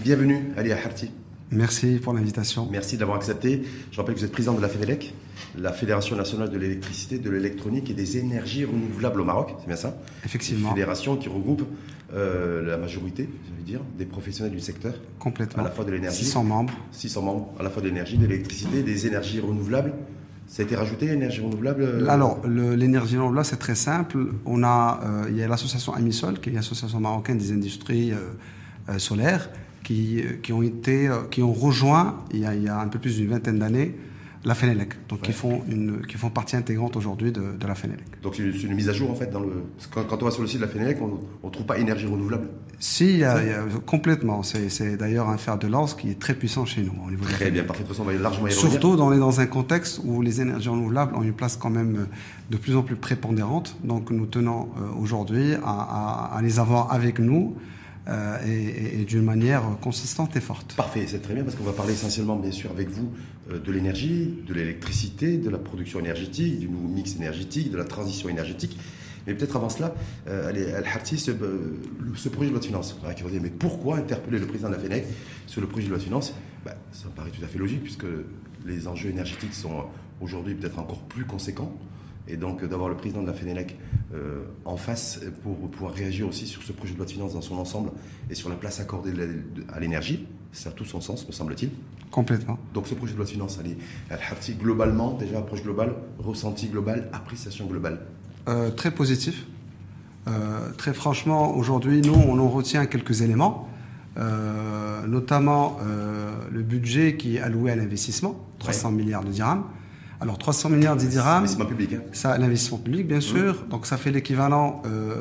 Bienvenue, Ali Harti. Merci pour l'invitation. Merci d'avoir accepté. Je rappelle que vous êtes président de la FENELEC, la Fédération nationale de l'électricité, de l'électronique et des énergies renouvelables au Maroc, c'est bien ça? Effectivement. Une fédération qui regroupe la majorité, j'allais dire, des professionnels du secteur. Complètement. À la fois de l'énergie. 600 membres. 600 membres, à la fois de l'énergie, de l'électricité, des énergies renouvelables. Ça a été rajouté, énergie renouvelable Alors, l'énergie renouvelable, c'est très simple. Il y a l'association Amisol, qui est l'association marocaine des industries solaires, qui ont rejoint, il y a un peu plus d'une vingtaine d'années, la FENELEC, donc qui font partie intégrante aujourd'hui de la FENELEC. Donc c'est une mise à jour en fait quand on va sur le site de la FENELEC, on ne trouve pas énergie renouvelable. Si, complètement. C'est d'ailleurs un fer de lance qui est très puissant chez nous au niveau Très bien, parfait. De toute façon, on va largement y revenir. Surtout, on est dans un contexte où les énergies renouvelables ont une place quand même de plus en plus prépondérante. Donc nous tenons aujourd'hui à les avoir avec nous. Et d'une manière consistante et forte. Parfait, c'est très bien parce qu'on va parler essentiellement bien sûr avec vous de l'énergie, de l'électricité, de la production énergétique, du nouveau mix énergétique, de la transition énergétique. Mais peut-être avant cela, Al-Harti, ce projet de loi de finances, mais pourquoi interpeller le président de la FENELEC sur le projet de loi de finances? Ça me paraît tout à fait logique puisque les enjeux énergétiques sont aujourd'hui peut-être encore plus conséquents. Et donc d'avoir le président de la FENELEC en face pour pouvoir réagir aussi sur ce projet de loi de finances dans son ensemble et sur la place accordée à l'énergie, ça a tout son sens, me semble-t-il. Complètement. Donc ce projet de loi de finances, Al-Harti, globalement, déjà approche globale, ressenti global, appréciation globale. Très positif. Très franchement, aujourd'hui, nous, on en retient quelques éléments, notamment le budget qui est alloué à l'investissement, 300 milliards de dirhams. Alors 300 milliards de dirhams, l'investissement public, hein. Ça, l'investissement public bien sûr, donc ça fait l'équivalent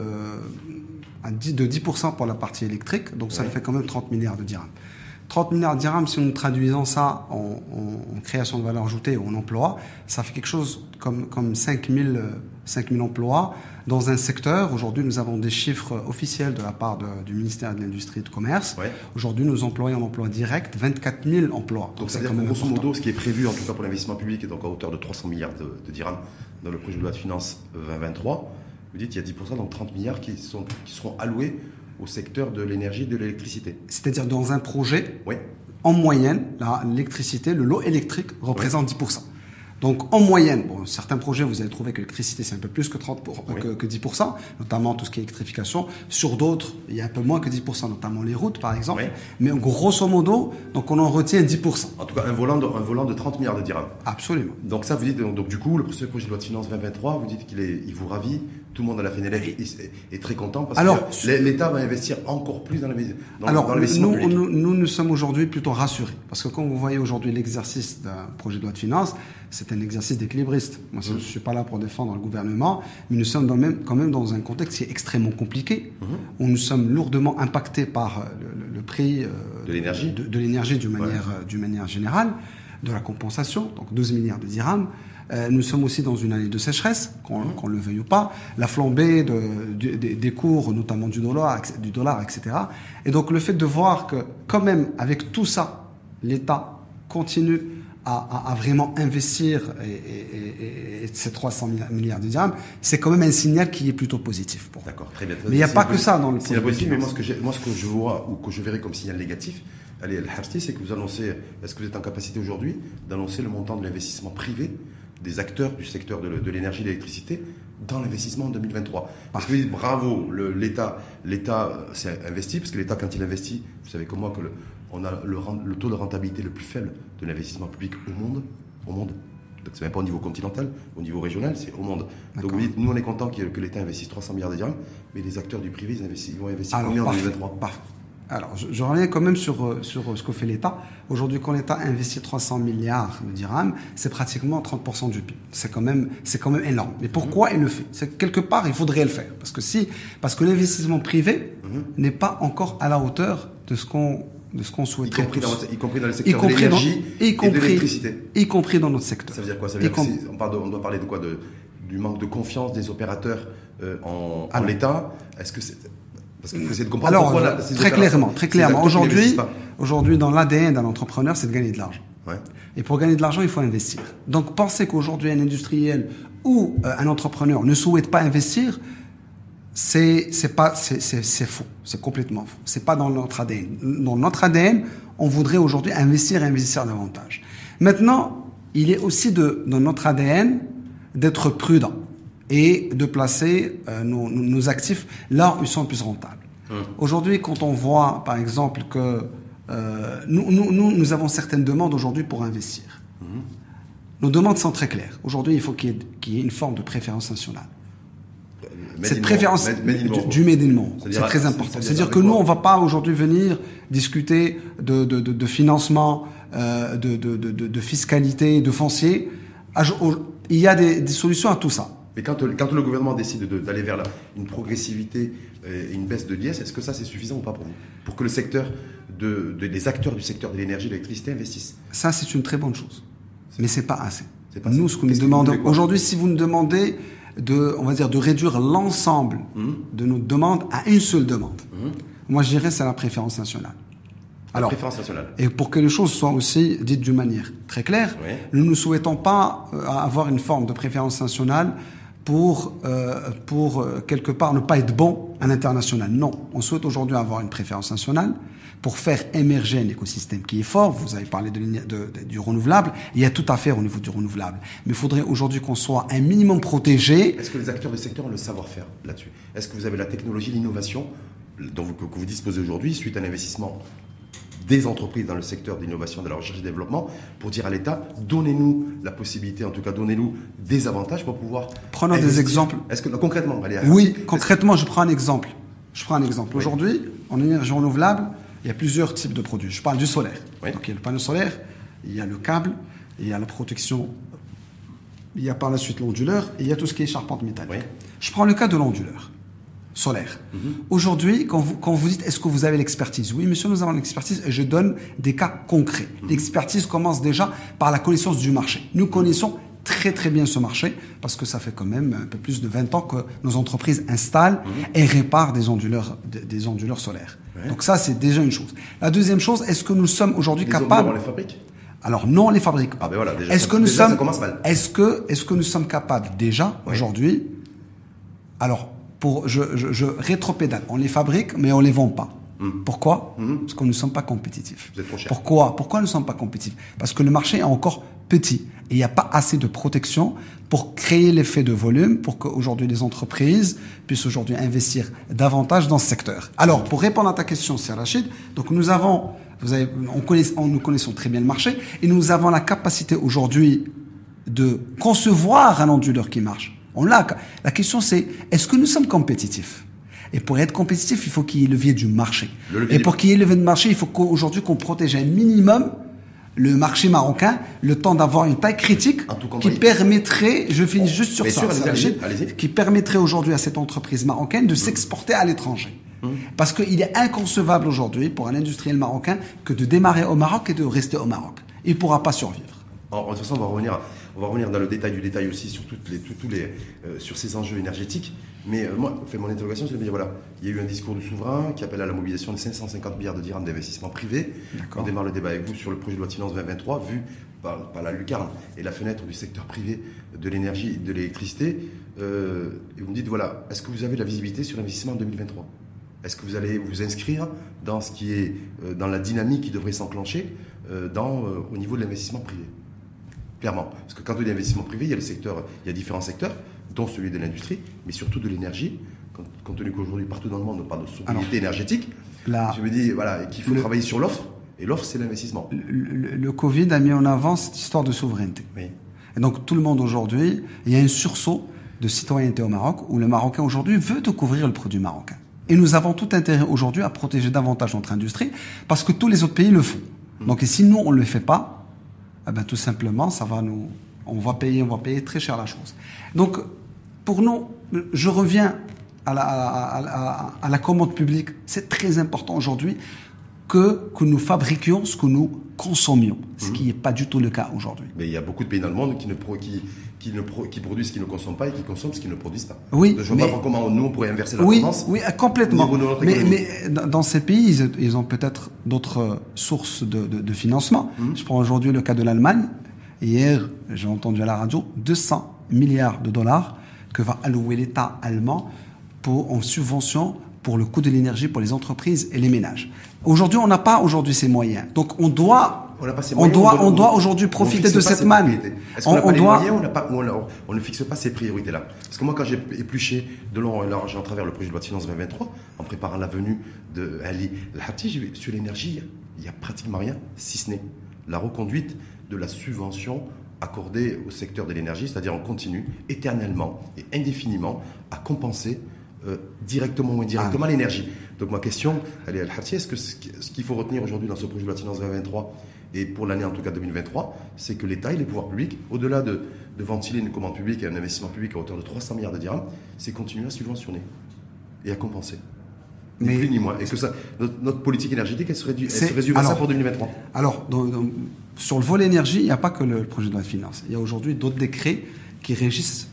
de 10% pour la partie électrique, donc ça fait quand même 30 milliards de dirhams. 30 milliards de dirhams, si nous traduisons ça en création de valeur ajoutée ou en emploi, ça fait quelque chose comme 5000 emplois dans un secteur. Aujourd'hui, nous avons des chiffres officiels de la part du ministère de l'Industrie et du Commerce. Ouais. Aujourd'hui, nos employés en emploi direct, 24 000 emplois. Donc ça veut dire que grosso modo, ce qui est prévu, en tout cas pour l'investissement public, est donc à hauteur de 300 milliards de dirhams dans le projet de loi de finances 2023. Vous dites qu'il y a 10%, donc 30 milliards qui seront alloués au secteur de l'énergie et de l'électricité. C'est-à-dire dans un projet, en moyenne, l'électricité, le lot électrique représente 10%. Donc en moyenne, certains projets, vous allez trouver que l'électricité, c'est un peu plus que 10%, notamment tout ce qui est électrification. Sur d'autres, il y a un peu moins que 10%, notamment les routes, par exemple. Oui. Mais grosso modo, donc on en retient 10%. En tout cas, un volant de 30 milliards de dirhams. Absolument. Donc ça, vous dites, donc du coup, le projet de loi de finances 2023, vous dites qu'il vous ravit. Tout le monde à la FENELEC est très content parce que l'État va investir encore plus dans l'investissement public. Nous sommes aujourd'hui plutôt rassurés parce que quand vous voyez aujourd'hui l'exercice d'un projet de loi de finances, c'est un exercice d'équilibriste. Moi, je ne suis pas là pour défendre le gouvernement, mais nous sommes quand même dans un contexte qui est extrêmement compliqué, où nous sommes lourdement impactés par le prix de l'énergie d'une manière générale, de la compensation, donc 12 milliards de dirhams. Nous sommes aussi dans une année de sécheresse, qu'on le veuille ou pas, la flambée des cours, notamment du dollar, etc. Et donc le fait de voir que, quand même, avec tout ça, l'État continue à vraiment investir et ces 300 milliards de dirhams, c'est quand même un signal qui est plutôt positif. D'accord, très bien. Mais il n'y a pas que ça dans le signal positif. Mais moi, ce que je vois ou que je verrai comme signal négatif, Al-Harti, c'est que vous annoncez, est-ce que vous êtes en capacité aujourd'hui d'annoncer le montant de l'investissement privé des acteurs du secteur de l'énergie et de l'électricité dans l'investissement en 2023. Parce que vous dites bravo, l'État s'est investi, parce que l'État, quand il investit, vous savez comme moi que on a le taux de rentabilité le plus faible de l'investissement public au monde. Donc c'est même pas au niveau continental, au niveau régional, c'est au monde. Donc vous dites, nous on est content que l'État investisse 300 milliards de dirhams, mais les acteurs du privé, ils vont investir combien en 2023 ? Alors, je reviens quand même sur ce que fait l'État. Aujourd'hui, quand l'État investit 300 milliards de dirhams, c'est pratiquement 30% du PIB. C'est quand même énorme. Mais pourquoi il le fait ? C'est quelque part, il faudrait le faire. Parce que l'investissement privé n'est pas encore à la hauteur de ce qu'on souhaiterait. Y compris dans le secteur de l'énergie et de l'électricité. Y compris dans notre secteur. Ça veut dire quoi ? Ça veut dire on doit parler de quoi ? Du manque de confiance des opérateurs en l'État ? Est-ce que c'est... Parce qu'il faut essayer de comprendre pourquoi très clairement. Aujourd'hui, dans l'ADN d'un entrepreneur, c'est de gagner de l'argent. Ouais. Et pour gagner de l'argent, il faut investir. Donc, penser qu'aujourd'hui, un industriel ou un entrepreneur ne souhaite pas investir, c'est faux. C'est complètement faux. C'est pas dans notre ADN. Dans notre ADN, on voudrait aujourd'hui investir davantage. Maintenant, il est aussi dans notre ADN d'être prudent et de placer nos actifs là où ils sont plus rentables. Aujourd'hui, quand on voit, par exemple, que nous avons certaines demandes aujourd'hui pour investir. Nos demandes sont très claires. Aujourd'hui, il faut qu'il y ait une forme de préférence nationale. Cette préférence du Made in Monde, c'est très important. C'est-à-dire que nous, on ne va pas aujourd'hui venir discuter de financement, de fiscalité, de foncier. Il y a des solutions à tout ça. Mais quand le gouvernement décide d'aller vers une progressivité et une baisse de l'IS, est-ce que ça c'est suffisant ou pas pour vous? Pour que le secteur les acteurs du secteur de l'énergie et de l'électricité investissent? Ça, c'est une très bonne chose. Mais c'est pas assez. Nous, ce que nous demandons aujourd'hui, si vous nous demandez de réduire l'ensemble de nos demandes à une seule demande, moi je dirais c'est la préférence nationale. Alors, préférence nationale. Et pour que les choses soient aussi dites d'une manière très claire, nous ne souhaitons pas avoir une forme de préférence nationale pour quelque part ne pas être bon à l'international. Non, on souhaite aujourd'hui avoir une préférence nationale pour faire émerger un écosystème qui est fort. Vous avez parlé du renouvelable. Il y a tout à faire au niveau du renouvelable. Mais il faudrait aujourd'hui qu'on soit un minimum protégé. Est-ce que les acteurs du secteur ont le savoir-faire là-dessus? Est-ce que vous avez la technologie, l'innovation que vous disposez aujourd'hui suite à l'investissement des entreprises dans le secteur d'innovation, de la recherche et développement, pour dire à l'État, donnez-nous la possibilité, en tout cas, donnez-nous des avantages pour pouvoir... Prenons des exemples. Est-ce que, concrètement, allez, oui, concrètement, je prends un exemple. Aujourd'hui, en énergie renouvelable, il y a plusieurs types de produits. Je parle du solaire. Donc, il y a le panneau solaire, il y a le câble, il y a la protection, il y a par la suite l'onduleur, et il y a tout ce qui est charpente métallique. Je prends le cas de l'onduleur solaire. Aujourd'hui, quand vous dites est-ce que vous avez l'expertise? Oui, monsieur, nous avons l'expertise et je donne des cas concrets. L'expertise commence déjà par la connaissance du marché. Nous connaissons très très bien ce marché parce que ça fait quand même un peu plus de 20 ans que nos entreprises installent et réparent des onduleurs solaires. Donc ça, c'est déjà une chose. La deuxième chose, est-ce que nous sommes aujourd'hui capables... On les fabrique? Alors non, on les fabrique pas. Ah ben voilà, déjà, est-ce que nous sommes... ça commence mal. Est-ce que nous sommes capables déjà aujourd'hui... Alors, je rétropédale. On les fabrique, mais on les vend pas. Pourquoi? Parce que nous ne sommes pas compétitifs. Vous êtes trop cher. Pourquoi nous ne sommes pas compétitifs? Parce que le marché est encore petit et il n'y a pas assez de protection pour créer l'effet de volume pour qu'aujourd'hui les entreprises puissent aujourd'hui investir davantage dans ce secteur. Alors, pour répondre à ta question, c'est Rachid. Donc, nous connaissons très bien le marché et nous avons la capacité aujourd'hui de concevoir un onduleur qui marche. La question c'est, est-ce que nous sommes compétitifs? Et pour être compétitif, il faut qu'il y ait le levier du marché. Et pour qu'il y ait le levier du marché, il faut qu'aujourd'hui qu'on protège un minimum le marché marocain, le temps d'avoir une taille critique qui permettrait, je finis juste sur ça, qui permettrait aujourd'hui à cette entreprise marocaine de s'exporter à l'étranger. Parce qu'il est inconcevable aujourd'hui pour un industriel marocain que de démarrer au Maroc et de rester au Maroc. Il ne pourra pas survivre. Alors, de toute façon, on va revenir dans le détail du détail aussi sur sur ces enjeux énergétiques. Mais moi, mon interrogation, c'est de me dire, voilà, il y a eu un discours du souverain qui appelle à la mobilisation de 550 milliards de dirhams d'investissement privé. On démarre le débat avec vous sur le projet de loi de finances 2023, vu par la lucarne et la fenêtre du secteur privé de l'énergie et de l'électricité. Et vous me dites, voilà, est-ce que vous avez de la visibilité sur l'investissement en 2023 ? Est-ce que vous allez vous inscrire dans ce qui est dans la dynamique qui devrait s'enclencher au niveau de l'investissement privé ? Clairement, parce que quand on dit investissement privé, il y a différents secteurs, dont celui de l'industrie, mais surtout de l'énergie. Compte tenu qu'aujourd'hui, partout dans le monde, on parle de sobriété énergétique, je me dis qu'il faut travailler sur l'offre, et l'offre, c'est l'investissement. Le Covid a mis en avant cette histoire de souveraineté. Oui. Et donc, tout le monde aujourd'hui, il y a un sursaut de citoyenneté au Maroc, où le Marocain aujourd'hui veut découvrir le produit marocain. Et nous avons tout intérêt aujourd'hui à protéger davantage notre industrie, parce que tous les autres pays le font. Donc, et si nous, on ne le fait pas, tout simplement, on va payer très cher la chose. Donc, pour nous, je reviens à la commande publique. C'est très important aujourd'hui que nous fabriquions ce que nous consommions, ce qui n'est pas du tout le cas aujourd'hui. Mais il y a beaucoup de pays dans le monde qui produisent ce qu'ils ne consomment pas et qui consomment ce qu'ils ne produisent pas. Oui, je ne vois pas comment nous, on pourrait inverser la tendance. Oui, complètement. Mais dans ces pays, ils ont peut-être d'autres sources de financement. Je prends aujourd'hui le cas de l'Allemagne. Hier, j'ai entendu à la radio 200 milliards de dollars que va allouer l'État allemand en subvention pour le coût de l'énergie pour les entreprises et les ménages. Aujourd'hui, on n'a pas ces moyens. Donc, on doit aujourd'hui profiter de cette manne. Est-ce qu'on n'a pas les moyens on ne fixe pas ces priorités-là? Parce que moi, quand j'ai épluché de long et large à travers le projet de loi de finances 2023, en préparant la venue de Ali El-Habti, j'ai vu sur l'énergie, il n'y a pratiquement rien, si ce n'est la reconduite de la subvention accordée au secteur de l'énergie, c'est-à-dire on continue éternellement et indéfiniment à compenser directement ou indirectement l'énergie. Donc ma question, Ali El-Habti, est-ce que ce qu'il faut retenir aujourd'hui dans ce projet de loi de finances 2023 et pour l'année en tout cas 2023, c'est que l'État et les pouvoirs publics, au-delà de ventiler une commande publique et un investissement public à hauteur de 300 milliards de dirhams, c'est continuer à subventionner et à compenser. Ni plus ni moins. Et que ça, notre politique énergétique, elle se résume à ça pour 2023. Alors, sur le volet énergie, il n'y a pas que le projet de loi de finances. Il y a aujourd'hui d'autres décrets qui régissent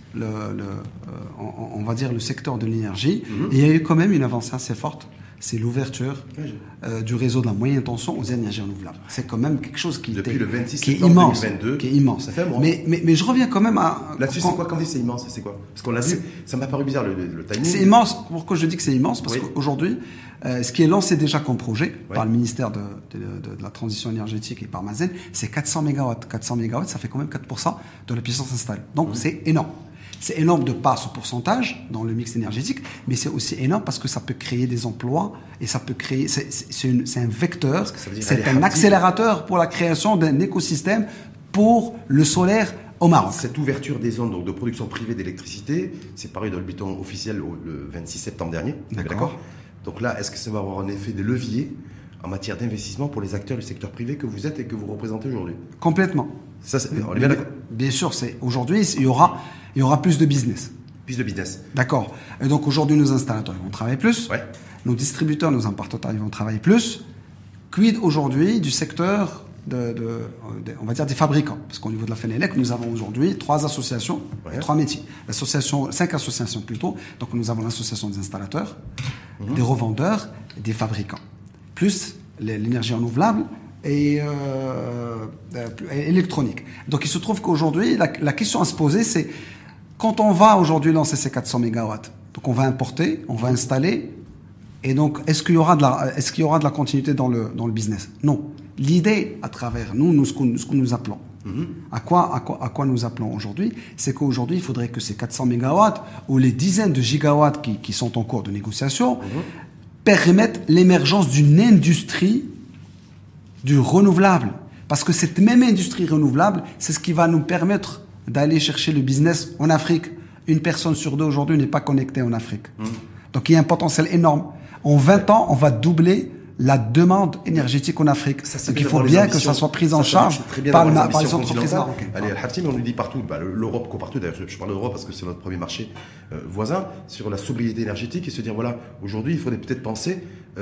on va dire le secteur de l'énergie. Et il y a eu quand même une avancée assez forte. C'est l'ouverture du réseau de la moyenne tension aux énergies renouvelables. C'est quand même quelque chose qui est immense. 2022, qui est immense. Ça fait un mois. Mais je reviens quand même à... Là-dessus, c'est quoi quand on dit c'est immense? C'est quoi? Parce qu'on l'a vu, ça m'a paru bizarre le timing. C'est immense. Pourquoi je dis que c'est immense? Parce qu'aujourd'hui, ce qui est lancé déjà comme projet par le ministère de la Transition énergétique et par Mazen, c'est 400 MW. 400 MW, ça fait quand même 4% de la puissance installée. Donc c'est énorme. C'est énorme de par ce pourcentage dans le mix énergétique, mais c'est aussi énorme parce que ça peut créer des emplois et ça peut créer. C'est un vecteur, c'est un accélérateur pour la création d'un écosystème pour le solaire au Maroc. Cette ouverture des zones donc, de production privée d'électricité, c'est paru dans le bulletin officiel le 26 septembre dernier. D'accord. Donc là, est-ce que ça va avoir un effet de levier en matière d'investissement pour les acteurs du secteur privé que vous êtes et que vous représentez aujourd'hui? Complètement. Ça, on est bien d'accord. Bien sûr, aujourd'hui, il y aura plus de business. Plus de business. D'accord. Et donc aujourd'hui, nos installateurs vont travailler plus. Ouais. Nos distributeurs, nos importateurs, ils vont travailler plus. Quid aujourd'hui du secteur on va dire des fabricants? Parce qu'au niveau de la FENELEC, nous avons aujourd'hui 3 associations, 3 métiers. 5 associations plutôt. Donc nous avons l'association des installateurs, des revendeurs, et des fabricants. Plus l'énergie renouvelable et électronique. Donc il se trouve qu'aujourd'hui, la question à se poser, c'est quand on va aujourd'hui lancer ces 400 MW, donc on va importer, on va installer, et donc est-ce qu'il y aura de la continuité dans le business? Non. L'idée, à travers ce que nous appelons, à quoi nous appelons aujourd'hui, c'est qu'aujourd'hui, il faudrait que ces 400 MW ou les dizaines de gigawatts qui sont en cours de négociation permettent l'émergence d'une industrie du renouvelable. Parce que cette même industrie renouvelable, c'est ce qui va nous permettre d'aller chercher le business en Afrique. Une personne sur 2 aujourd'hui n'est pas connectée en Afrique. Donc il y a un potentiel énorme. En 20 ans, on va doubler la demande énergétique en Afrique. Donc il faut bien que ça soit pris en charge par les entreprises marocaines. Allez, Al-Habti, mais on nous dit partout, l'Europe comme partout, d'ailleurs je parle de l'Europe parce que c'est notre premier marché voisin, sur la sobriété énergétique et se dire, voilà, aujourd'hui il faudrait peut-être penser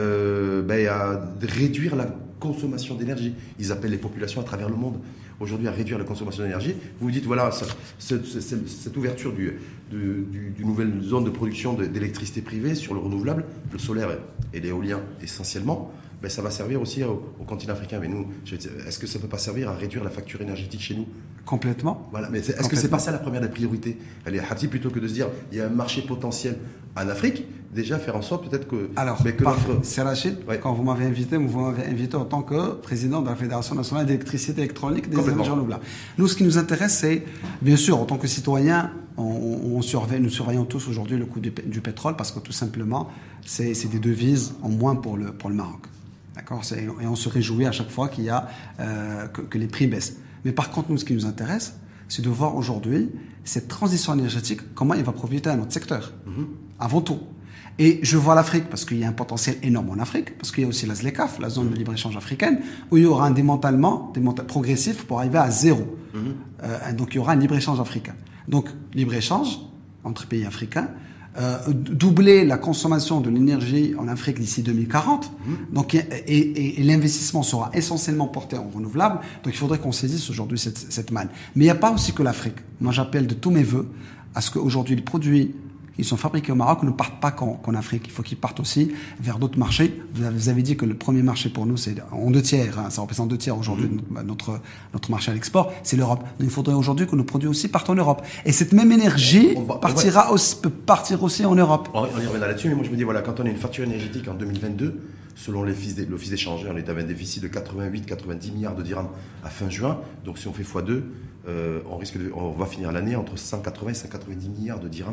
à réduire la consommation d'énergie. Ils appellent les populations à travers le monde aujourd'hui à réduire la consommation d'énergie. Vous vous dites, voilà, cette ouverture du nouvelle zone de production d'électricité privée sur le renouvelable, le solaire et l'éolien essentiellement, ça va servir aussi au continent africain. Mais nous, est-ce que ça ne peut pas servir à réduire la facture énergétique chez nous? Complètement. Voilà, mais est-ce que c'est pas ça la première des priorités? Allez, Hati, plutôt que de se dire, il y a un marché potentiel en Afrique, déjà faire en sorte peut-être que... Alors, c'est Rachid, quand vous m'avez invité en tant que président de la Fédération nationale d'électricité électronique et des énergies renouvelables. Nous, ce qui nous intéresse, c'est, bien sûr, en tant que citoyens, nous surveillons tous aujourd'hui le coût du pétrole parce que tout simplement, c'est des devises en moins pour le Maroc. D'accord, et on se réjouit à chaque fois qu'il y a que les prix baissent. Mais par contre, nous, ce qui nous intéresse, c'est de voir aujourd'hui cette transition énergétique, comment elle va profiter à notre secteur, avant tout. Et je vois l'Afrique, parce qu'il y a un potentiel énorme en Afrique, parce qu'il y a aussi la ZLECAf, la zone de libre-échange africaine, où il y aura un démantèlement progressif pour arriver à 0. Donc il y aura un libre-échange africain. Donc libre-échange entre pays africains, doubler la consommation de l'énergie en Afrique d'ici 2040. Donc, et l'investissement sera essentiellement porté en renouvelable. Donc il faudrait qu'on saisisse aujourd'hui cette manne. Mais il n'y a pas aussi que l'Afrique. Moi j'appelle de tous mes voeux à ce qu'aujourd'hui les produits qui sont fabriqués au Maroc ne partent pas qu'en Afrique. Il faut qu'ils partent aussi vers d'autres marchés. Vous avez dit que le premier marché pour nous, c'est en 2/3. Ça représente 2/3 aujourd'hui notre marché à l'export. C'est l'Europe. Donc, il faudrait aujourd'hui que nos produits aussi partent en Europe. Et cette même énergie peut partir aussi en Europe. On y reviendra là-dessus, mais moi je me dis, voilà, quand on a une facture énergétique en 2022, selon l'Office d'échange, on est avec un déficit de 88-90 milliards de dirhams à fin juin. Donc si on fait x2, on va finir l'année entre 180 et 190 milliards de dirhams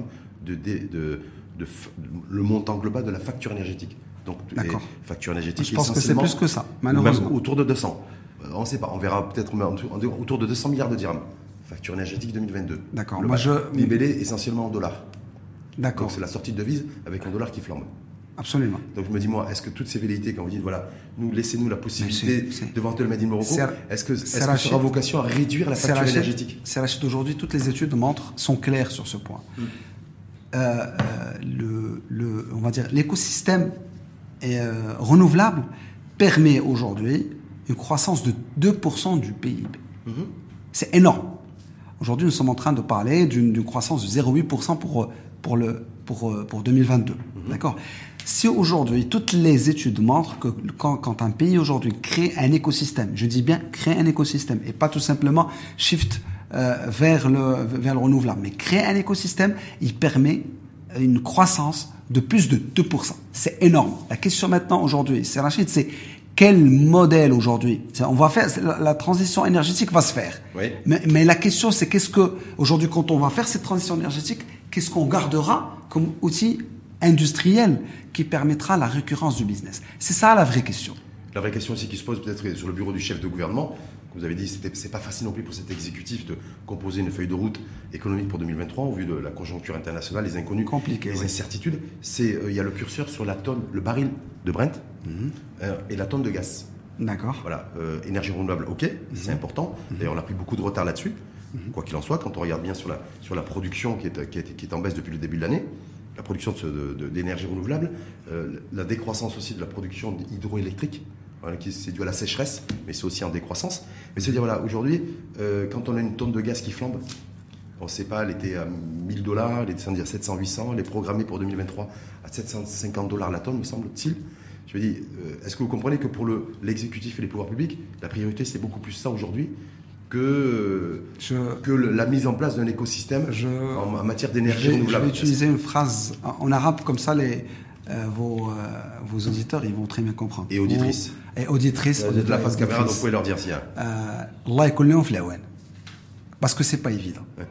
le montant global de la facture énergétique. Donc les factures énergétiques, je pense que c'est plus que ça, malheureusement. Même autour de 200. On ne sait pas, on verra peut-être autour de 200 milliards de dirhams. Facture énergétique 2022. D'accord. Libellé essentiellement en dollars. D'accord. Donc c'est la sortie de devise avec un dollar qui flambe. Absolument. Donc je me dis, moi, est-ce que toutes ces velléités, quand vous dites, voilà, laissez-nous la possibilité de vanter le Made in Morocco, est-ce que ça aura vocation à réduire la facture énergétique? C'est Rachid, aujourd'hui, toutes les études sont claires sur ce point. On va dire, l'écosystème renouvelable permet aujourd'hui une croissance de 2% du PIB. C'est énorme. Aujourd'hui, nous sommes en train de parler d'une croissance de 0,8% pour 2022. D'accord. Si aujourd'hui, toutes les études montrent que quand un pays aujourd'hui crée un écosystème, je dis bien créer un écosystème et pas tout simplement shift vers le renouvelable, mais créer un écosystème, il permet une croissance de plus de 2%. C'est énorme. La question maintenant aujourd'hui, c'est Rachid, c'est quel modèle aujourd'hui? On va faire, la transition énergétique va se faire. Oui. Mais la question, c'est aujourd'hui, quand on va faire cette transition énergétique, qu'est-ce qu'on gardera comme outil industriel qui permettra la récurrence du business? C'est ça la vraie question. La vraie question aussi qui se pose peut-être sur le bureau du chef de gouvernement. Vous avez dit que c'est pas facile non plus pour cet exécutif de composer une feuille de route économique pour 2023 au vu de la conjoncture internationale, les inconnus, les incertitudes. Il y a le curseur sur le baril de Brent et la tonne de gaz. D'accord. Voilà, énergie renouvelable, ok, c'est important. D'ailleurs, on a pris beaucoup de retard là-dessus. Quoi qu'il en soit, quand on regarde bien sur la production qui est en baisse depuis le début de l'année, la production d'énergie renouvelable, la décroissance aussi de la production hydroélectrique. Voilà, c'est dû à la sécheresse, mais c'est aussi en décroissance. Mais c'est-à-dire, voilà, aujourd'hui, quand on a une tonne de gaz qui flambe, on ne sait pas, elle était à $1000, elle est descendue à 700, 800, elle est programmée pour 2023 à $750 la tonne, me semble-t-il. Je me dis, est-ce que vous comprenez que pour l'exécutif et les pouvoirs publics, la priorité, c'est beaucoup plus ça aujourd'hui que la mise en place d'un écosystème en matière d'énergie renouvelable. Je vais utiliser une phrase en arabe, comme ça vos auditeurs, ils vont très bien comprendre. Et auditrices. Et auditrices. Vous êtes là face caméra, donc vous pouvez leur dire si. Allah yakoulihum flawan. Parce que c'est pas évident. Ouais.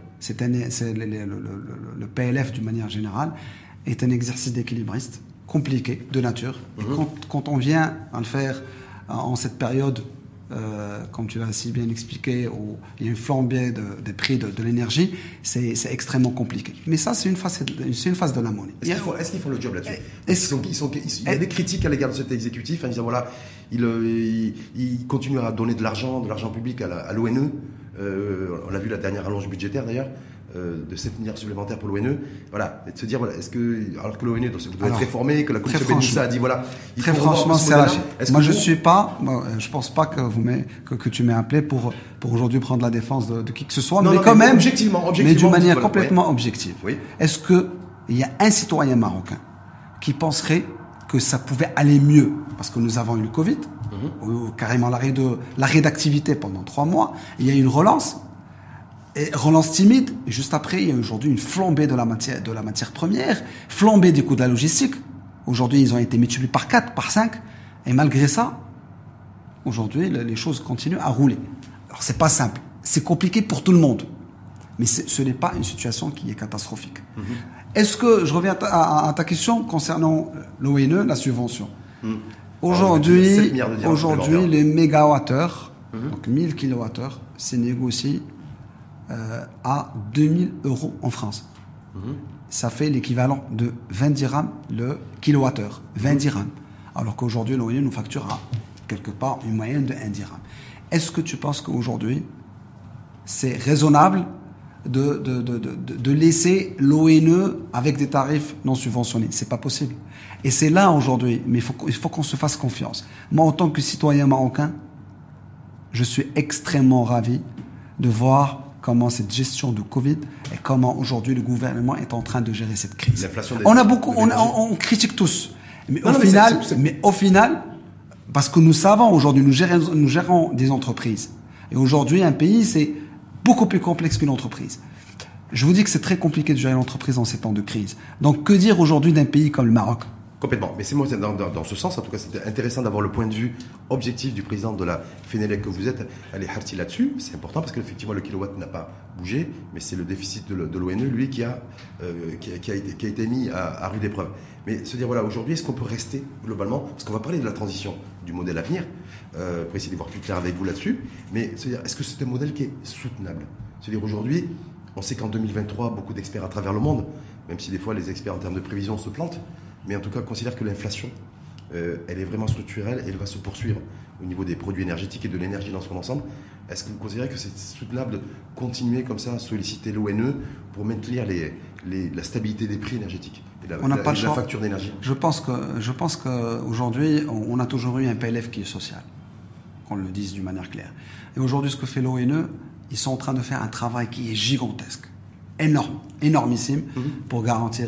Le PLF d'une manière générale est un exercice d'équilibriste compliqué de nature. Et quand on vient à le faire en cette période, comme tu l'as si bien expliqué, où il y a une flambée des prix de l'énergie, c'est extrêmement compliqué. Mais ça, c'est une phase de la monnaie. Est-ce qu'ils font le job là-dessus? Il y a des critiques à l'égard de cet exécutif en disant, voilà, il continue à donner de l'argent public à l'ONE. On l'a vu la dernière allonge budgétaire d'ailleurs, de 7 milliards supplémentaires pour l'ONE. Voilà, et de se dire, voilà, alors que l'ONE doit être réformée, que la commission Benoussa a dit, voilà, très franchement, c'est lâché. Moi, je pense pas que tu m'aies appelé pour aujourd'hui prendre la défense de qui que ce soit, mais quand même, objectivement, mais d'une manière complètement objective. Oui. Est-ce que il y a un citoyen marocain qui penserait que ça pouvait aller mieux parce que nous avons eu le Covid, ou carrément l'arrêt d'activité pendant 3 mois, il y a eu une relance. Et relance timide, et juste après, il y a aujourd'hui une flambée de la matière première, flambée des coûts de la logistique. Aujourd'hui, ils ont été multipliés par 4, par 5, et malgré ça, aujourd'hui, les choses continuent à rouler. Alors, c'est pas simple, c'est compliqué pour tout le monde, mais ce n'est pas une situation qui est catastrophique. Est-ce que, je reviens à ta question concernant l'ONE, la subvention. Aujourd'hui, les mégawattheures, donc 1000 kWh, c'est négocié à 2000 € en France. Ça fait l'équivalent de 20 dirhams le kilowattheure. 20 dirhams. Alors qu'aujourd'hui, l'ONU nous facture à quelque part une moyenne de 1 dirham. Est-ce que tu penses qu'aujourd'hui, c'est raisonnable de laisser l'ONE avec des tarifs non subventionnés? C'est pas possible. Et c'est là aujourd'hui, mais il faut qu'on se fasse confiance. Moi, en tant que citoyen marocain, je suis extrêmement ravi de voir comment cette gestion de Covid et comment aujourd'hui le gouvernement est en train de gérer cette crise. L'inflation On critique tous. Mais au final, parce que nous savons aujourd'hui, nous gérons des entreprises. Et aujourd'hui, un pays, c'est beaucoup plus complexe qu'une entreprise. Je vous dis que c'est très compliqué de gérer l'entreprise en ces temps de crise. Donc, que dire aujourd'hui d'un pays comme le Maroc ? Complètement. Mais c'est moi, dans ce sens, en tout cas, c'était intéressant d'avoir le point de vue objectif du président de la Fenelec que vous êtes, Ali Harti, là-dessus. C'est important parce qu'effectivement, le kilowatt n'a pas bougé, mais c'est le déficit de l'ONE, lui, qui a été mis à rude épreuve. Mais se dire, voilà, aujourd'hui, est-ce qu'on peut rester globalement, parce qu'on va parler de la transition du modèle à venir, pour essayer de voir plus clair avec vous là-dessus, mais se dire, est-ce que c'est un modèle qui est soutenable ? Se dire, aujourd'hui, on sait qu'en 2023, beaucoup d'experts à travers le monde, même si des fois les experts en termes de prévision se plantent, mais en tout cas considèrent que l'inflation, elle est vraiment structurelle et elle va se poursuivre au niveau des produits énergétiques et de l'énergie dans son ensemble. Est-ce que vous considérez que c'est soutenable de continuer comme ça à solliciter l'ONE pour maintenir la stabilité des prix énergétiques et la facture d'énergie ? Je pense qu'aujourd'hui, on a toujours eu un PLF qui est social, qu'on le dise d'une manière claire. Et aujourd'hui, ce que fait l'ONE, ils sont en train de faire un travail qui est gigantesque, énormissime, pour garantir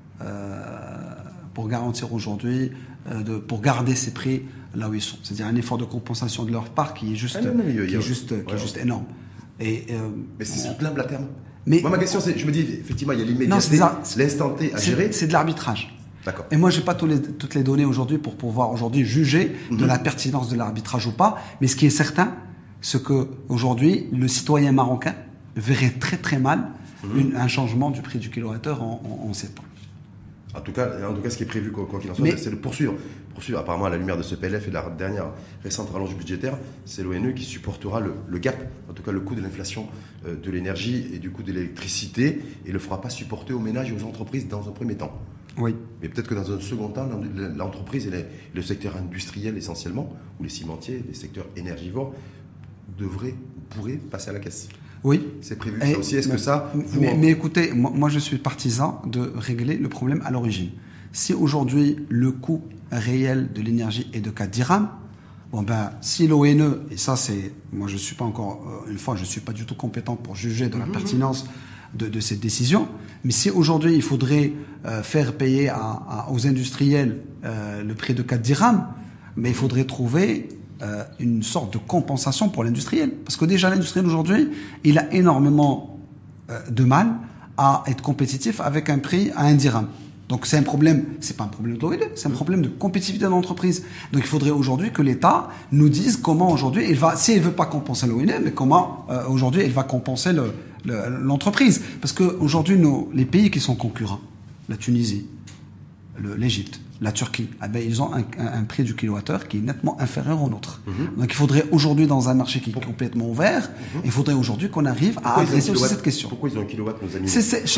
aujourd'hui, pour garder ces prix là où ils sont. C'est-à-dire un effort de compensation de leur part qui est juste énorme. Mais c'est soutenable à terme. Moi, ma question, c'est, je me dis, effectivement, il y a l'immédiateté, l'instant T à gérer. C'est de l'arbitrage. D'accord. Et moi, j'ai pas toutes les données aujourd'hui pour pouvoir aujourd'hui juger de la pertinence de l'arbitrage ou pas. Mais ce qui est certain, c'est que aujourd'hui, le citoyen marocain verrait très très mal un changement du prix du kilowattheure en 7 ans. En tout cas, ce qui est prévu, quoi qu'il en soit, c'est de poursuivre. Apparemment, à la lumière de ce PLF et de la dernière récente rallonge budgétaire, c'est l'ONE qui supportera le gap, en tout cas le coût de l'inflation de l'énergie et du coût de l'électricité, et ne le fera pas supporter aux ménages et aux entreprises dans un premier temps. Oui. Mais peut-être que dans un second temps, l'entreprise et le secteur industriel essentiellement, ou les cimentiers, les secteurs énergivores, pourraient passer à la caisse. Oui. C'est prévu ça aussi. Est-ce que ça... Mais écoutez, moi je suis partisan de régler le problème à l'origine. Si aujourd'hui le coût réel de l'énergie est de 4 dirhams, si l'ONE, et ça c'est... Moi je ne suis pas encore... je ne suis pas du tout compétent pour juger de la pertinence de cette décision, mais si aujourd'hui il faudrait faire payer aux industriels le prix de 4 dirhams, mais il faudrait trouver... une sorte de compensation pour l'industriel. Parce que déjà, l'industriel aujourd'hui, il a énormément de mal à être compétitif avec un prix à 1 dirham. Donc c'est un problème, c'est pas un problème de l'ONE, c'est un problème de compétitivité de l'entreprise. Donc il faudrait aujourd'hui que l'État nous dise comment aujourd'hui si elle veut pas compenser l'ONE, mais comment aujourd'hui elle va compenser l'entreprise. Parce que aujourd'hui, les pays qui sont concurrents, la Tunisie, l'Égypte, la Turquie, ils ont un prix du kilowattheure qui est nettement inférieur au nôtre. Donc il faudrait aujourd'hui, dans un marché qui est complètement ouvert, il faudrait aujourd'hui qu'on arrive à adresser aussi cette question. Pourquoi ils ont un kilowatt, nos amis ?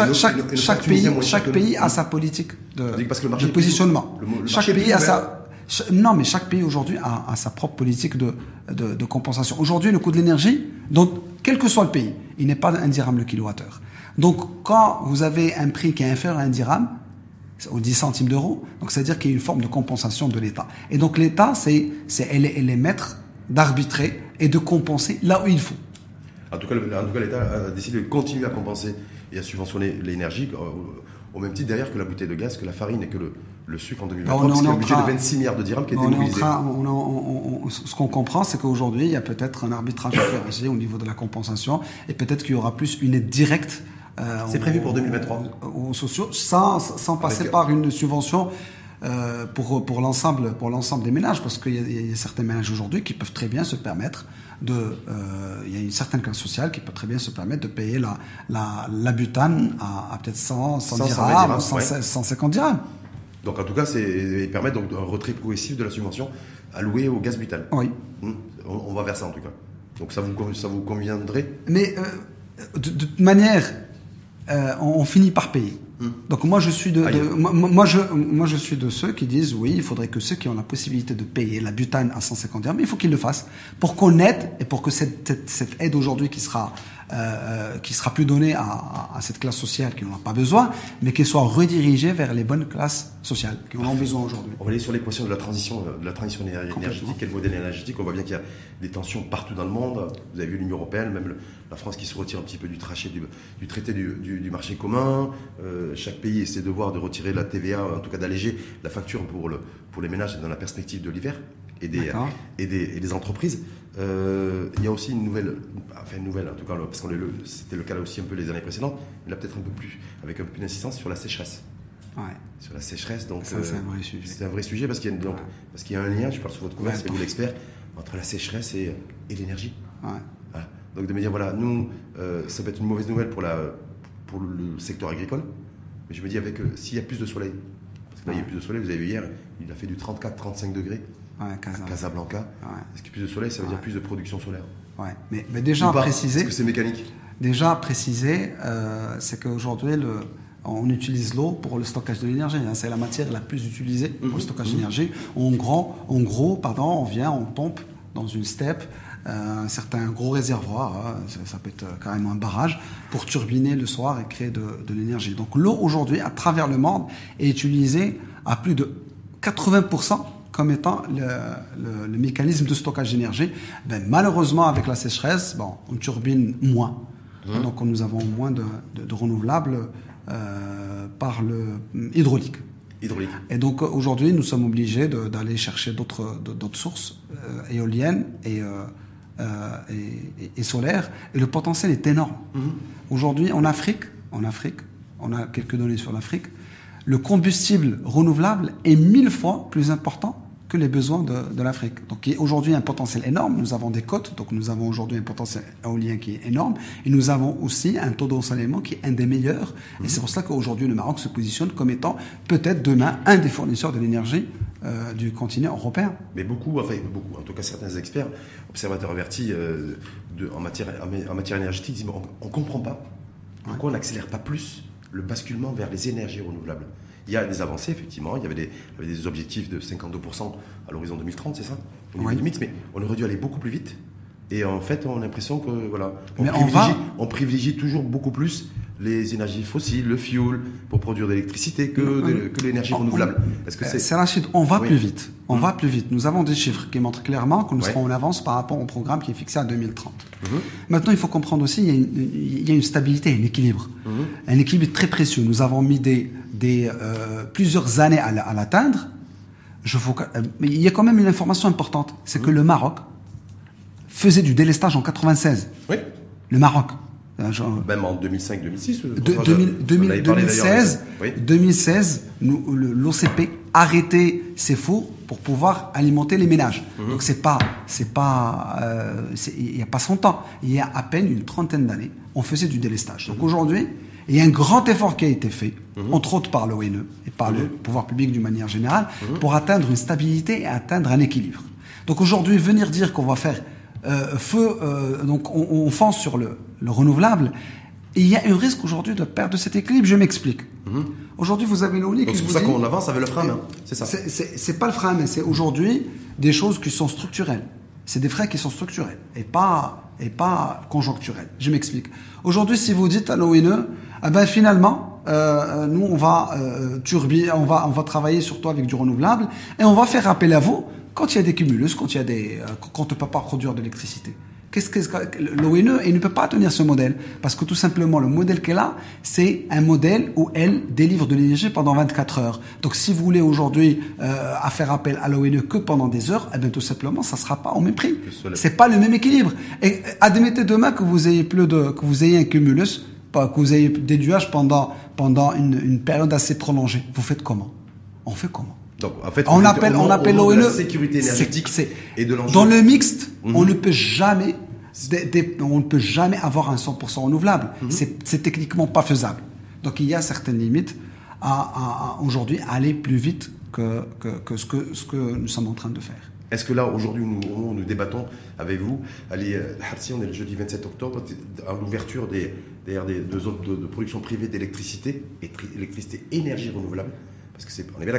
Chaque pays a sa politique de positionnement. Chaque pays aujourd'hui a sa propre politique de compensation. Aujourd'hui, le coût de l'énergie, donc quel que soit le pays, il n'est pas 1 dirham le kilowattheure. Donc quand vous avez un prix qui est inférieur à 1 dirham, aux 10 centimes d'euros, donc c'est-à-dire qu'il y a une forme de compensation de l'État. Et donc l'État, elle est maître d'arbitrer et de compenser là où il faut. En tout cas, l'État a décidé de continuer à compenser et à subventionner l'énergie, au même titre d'ailleurs que la bouteille de gaz, que la farine et que le sucre en 2023, parce qu'il y a un budget de 26 milliards de dirhams qui a été mobilisé. Ce qu'on comprend, c'est qu'aujourd'hui, il y a peut-être un arbitrage à faire aussi au niveau de la compensation, et peut-être qu'il y aura plus une aide directe. C'est prévu pour 2023 aux sociaux, sans passer par une subvention pour l'ensemble des ménages, parce qu'il y a certains ménages aujourd'hui qui peuvent très bien se permettre il y a une certaine classe sociale qui peut très bien se permettre de payer la butane à peut-être 100 dirhams, 150 dirhams. Donc en tout cas, il permet donc un retrait progressif de la subvention allouée au gaz butane. Oui. On va vers ça en tout cas. Donc ça vous conviendrait ? Mais de toute manière, on finit par payer. Donc moi je suis je suis de ceux qui disent oui, il faudrait que ceux qui ont la possibilité de payer la butane à 150 dirhams, il faut qu'ils le fassent pour qu'on aide et pour que cette aide aujourd'hui qui sera qui sera plus donné à cette classe sociale qui n'en a pas besoin, mais qui soit redirigé vers les bonnes classes sociales qui en ont besoin aujourd'hui. On va aller sur l'équation de la transition énergétique. Quel modèle énergétique? On voit bien qu'il y a des tensions partout dans le monde. Vous avez vu l'Union européenne, même la France qui se retire un petit peu du traité du marché commun. Chaque pays essaie de retirer la TVA, en tout cas d'alléger la facture pour les ménages dans la perspective de l'hiver et des entreprises. Il y a aussi une nouvelle, en tout cas, parce que c'était le cas là aussi un peu les années précédentes, mais là peut-être avec un peu plus d'insistance sur la sécheresse. Ouais. Sur la sécheresse, donc ça, c'est un vrai sujet. C'est un vrai sujet parce qu'il y a un lien, je parle sous votre couvert, c'est vous l'expert, entre la sécheresse et l'énergie. Ouais. Voilà. Donc de me dire, voilà, nous, ça peut être une mauvaise nouvelle pour le secteur agricole, mais je me dis, s'il y a plus de soleil, parce que là, il y a plus de soleil, vous avez vu hier, il a fait du 34-35 degrés à Casablanca. Ouais. Est-ce qu'il y a plus de soleil, ça veut dire plus de production solaire? Ouais. Mais déjà préciser. Est-ce que c'est mécanique? Déjà préciser, c'est qu'aujourd'hui, on utilise l'eau pour le stockage de l'énergie. C'est la matière la plus utilisée pour le stockage d'énergie. En gros, on pompe dans une steppe un certain gros réservoir, ça peut être carrément un barrage, pour turbiner le soir et créer de l'énergie. Donc l'eau aujourd'hui, à travers le monde, est utilisée à plus de 80% comme étant le mécanisme de stockage d'énergie. Malheureusement, avec la sécheresse, on turbine moins. Donc nous avons moins de renouvelables par le hydraulique. Et donc aujourd'hui, nous sommes obligés d'aller chercher d'autres sources éoliennes et solaires. Et le potentiel est énorme. Aujourd'hui, en Afrique, on a quelques données sur l'Afrique, le combustible renouvelable est 1000 fois plus important que les besoins de l'Afrique. Donc il y a aujourd'hui un potentiel énorme. Nous avons des côtes, donc nous avons aujourd'hui un potentiel éolien qui est énorme. Et nous avons aussi un taux d'ensoleillement qui est un des meilleurs. Et c'est pour ça qu'aujourd'hui le Maroc se positionne comme étant peut-être demain un des fournisseurs de l'énergie du continent européen. Mais beaucoup, en tout cas certains experts, observateurs avertis en matière énergétique, disent on ne comprend pas pourquoi on n'accélère pas plus le basculement vers les énergies renouvelables. Il y a des avancées, effectivement. Il y avait des objectifs de 52% à l'horizon 2030, c'est ça? Limite, mais on aurait dû aller beaucoup plus vite. Et en fait, on a l'impression que on privilégie toujours beaucoup plus les énergies fossiles, le fuel, pour produire de l'électricité que l'énergie renouvelable. Est-ce que c'est Rachid, on va plus vite. On va plus vite. Nous avons des chiffres qui montrent clairement que nous serons en avance par rapport au programme qui est fixé à 2030. Maintenant, il faut comprendre aussi il y a une stabilité, un équilibre. Un équilibre très précieux. Nous avons mis plusieurs années à l'atteindre. Mais il y a quand même une information importante. C'est que le Maroc faisait du délestage en 96. Oui. Le Maroc. Même en 2005-2006 2016, l'OCP arrêtait ses fours pour pouvoir alimenter les ménages. Donc il n'y a pas 100 ans, il y a à peine une trentaine d'années, on faisait du délestage. Donc aujourd'hui, il y a un grand effort qui a été fait, entre autres par l'ONE et par le pouvoir public d'une manière générale, pour atteindre une stabilité et atteindre un équilibre. Donc aujourd'hui, venir dire qu'on va faire donc on fonce sur le renouvelable, et il y a un risque aujourd'hui de perdre cet équilibre. Je m'explique. Aujourd'hui, vous avez l'ONU qui vous dit... C'est pour ça qu'on avance avec le frein, c'est ça. C'est pas le frein, mais c'est aujourd'hui des choses qui sont structurelles. C'est des freins qui sont structurels et pas conjoncturels. Je m'explique. Aujourd'hui, si vous dites à l'ONU, finalement, nous on va travailler surtout avec du renouvelable et on va faire appel à vous quand il y a des cumulus, quand on ne peut pas produire d'électricité. L'ONU, elle ne peut pas tenir ce modèle parce que tout simplement le modèle qu'elle a, c'est un modèle où elle délivre de l'énergie pendant 24 heures. Donc si vous voulez aujourd'hui à faire appel à l'ONU que pendant des heures, tout simplement ça sera pas au même prix. C'est pas le même équilibre. Et admettez demain que vous ayez que vous ayez un cumulus, que vous ayez des nuages pendant une période assez prolongée. Vous faites comment? On fait comment? Donc, en fait, on appelle l'ONU. La sécurité énergétique et de l'enjeu. Dans le mixte, on ne peut jamais avoir un 100% renouvelable. C'est techniquement pas faisable. Donc il y a certaines limites à aujourd'hui aller plus vite que ce que nous sommes en train de faire. Est-ce que là, aujourd'hui, nous débattons avec vous, allez, on est le jeudi 27 octobre, à l'ouverture des zones de production privée d'électricité, énergie renouvelable, parce que on est bien d'accord.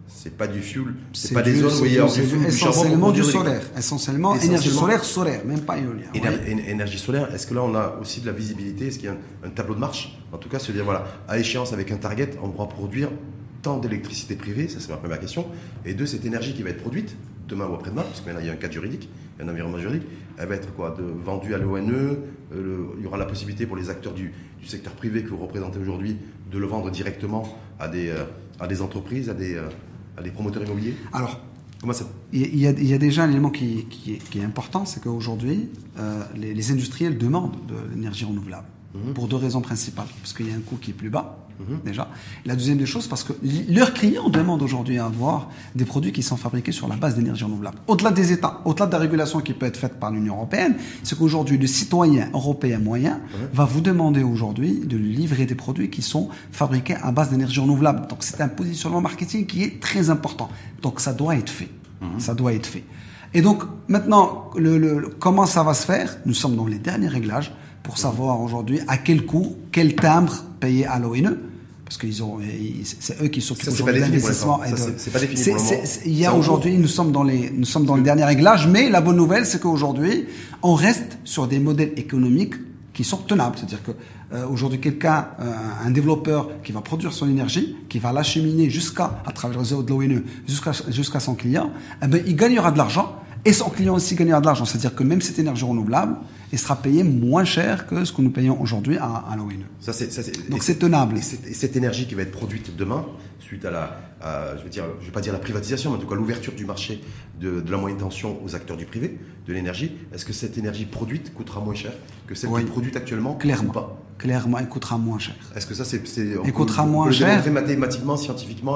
C'est pas du fuel, c'est pas des zones où il y a du fuel, essentiellement du solaire. Essentiellement énergie solaire, même pas éolien. Énergie solaire, est-ce que là on a aussi de la visibilité? Est-ce qu'il y a un tableau de marche? En tout cas, se dire, voilà, à échéance avec un target, on pourra produire tant d'électricité privée, ça c'est ma première question. Et deux, cette énergie qui va être produite demain ou après-demain, parce qu'il y a un cadre juridique, il y a un environnement juridique, elle va être vendue à l'ONE, il y aura la possibilité pour les acteurs du secteur privé que vous représentez aujourd'hui de le vendre directement à des entreprises, à des promoteurs immobiliers. Alors, comment ça... il y a déjà un élément qui est important, c'est qu'aujourd'hui, les industriels demandent de l'énergie renouvelable pour deux raisons principales. Parce qu'il y a un coût qui est plus bas, déjà. Et la deuxième des choses, parce que leurs clients demandent aujourd'hui à avoir des produits qui sont fabriqués sur la base d'énergie renouvelable. Au-delà des États, au-delà de la régulation qui peut être faite par l'Union européenne, c'est qu'aujourd'hui, le citoyen européen moyen va vous demander aujourd'hui de lui livrer des produits qui sont fabriqués à base d'énergie renouvelable. Donc c'est un positionnement marketing qui est très important. Donc ça doit être fait. Ça doit être fait. Et donc maintenant, comment ça va se faire? Nous sommes dans les derniers réglages pour savoir aujourd'hui à quel coût, quel timbre payer à l'ONE, parce que c'est eux qui s'occupent aujourd'hui de l'investissement. C'est pas défini pour le moment. Il y a aujourd'hui, nous sommes dans les derniers réglages, mais la bonne nouvelle, c'est qu'aujourd'hui, on reste sur des modèles économiques qui sont tenables. C'est-à-dire que aujourd'hui, un développeur qui va produire son énergie, qui va l'acheminer à travers le réseau de l'ONE jusqu'à son client, il gagnera de l'argent. Et son client aussi gagnera de l'argent. C'est-à-dire que même cette énergie renouvelable, elle sera payée moins cher que ce que nous payons aujourd'hui à l'ONE. Donc c'est tenable. Et cette énergie qui va être produite demain, suite à je vais pas dire la privatisation, mais en tout cas l'ouverture du marché de la moyenne tension aux acteurs du privé, de l'énergie, est-ce que cette énergie produite coûtera moins cher que celle qui est produite actuellement? Clairement. Ou pas? Clairement, elle coûtera moins cher. Est-ce que ça, elle coûtera moins cher. Mathématiquement, scientifiquement.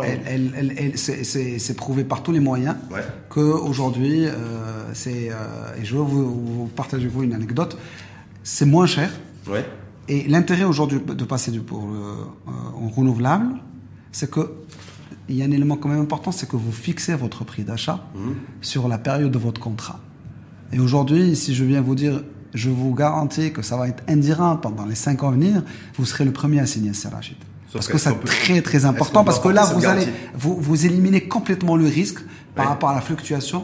C'est prouvé par tous les moyens qu'aujourd'hui, et je veux vous partager une anecdote, c'est moins cher. Ouais. Et l'intérêt aujourd'hui de passer en renouvelable, c'est que il y a un élément quand même important, c'est que vous fixez votre prix d'achat sur la période de votre contrat. Et aujourd'hui, si je viens vous dire, je vous garantis que ça va être 1 dirham pendant les 5 ans à venir, vous serez le premier à signer ce rachat. Parce que c'est très très important, parce que là, vous éliminez complètement le risque par rapport à la fluctuation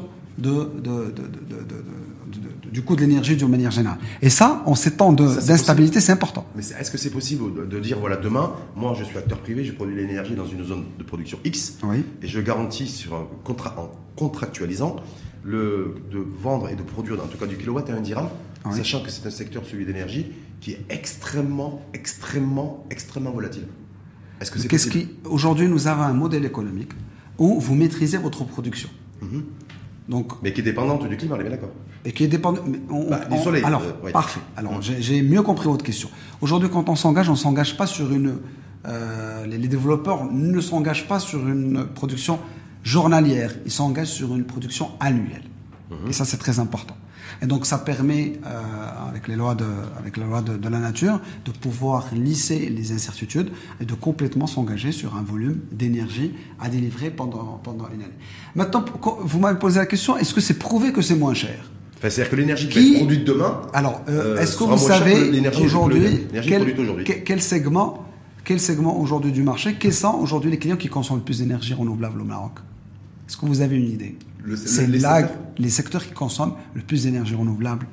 du coût de l'énergie d'une manière générale. Et ça, en ces temps d'instabilité, c'est important. Mais est-ce que c'est possible de dire, voilà, demain, moi je suis acteur privé, je produis l'énergie dans une zone de production X, et je garantis en contractualisant de vendre et de produire, en tout cas du kilowatt à 1 dirham, sachant que c'est un secteur, celui d'énergie, qui est extrêmement volatile. Est-ce que c'est possible? Aujourd'hui, nous avons un modèle économique où vous maîtrisez votre production. Mais qui est dépendante du climat, on est bien d'accord. Et qui est dépendante du soleil. Alors, parfait. Alors, j'ai mieux compris votre question. Aujourd'hui, quand on s'engage pas sur les développeurs ne s'engagent pas sur une production journalière. Ils s'engagent sur une production annuelle. Et ça, c'est très important. Et donc, ça permet, avec la loi de la nature, de pouvoir lisser les incertitudes et de complètement s'engager sur un volume d'énergie à délivrer pendant une année. Maintenant, vous m'avez posé la question, est-ce que c'est prouvé que c'est moins cher? C'est-à-dire que l'énergie qui va être produite demain. Alors, est-ce que vous savez aujourd'hui quel segment aujourd'hui du marché, quels sont aujourd'hui les clients qui consomment le plus d'énergie renouvelable au Maroc? Est-ce que vous avez une idée? C'est les secteurs qui consomment le plus d'énergie renouvelable,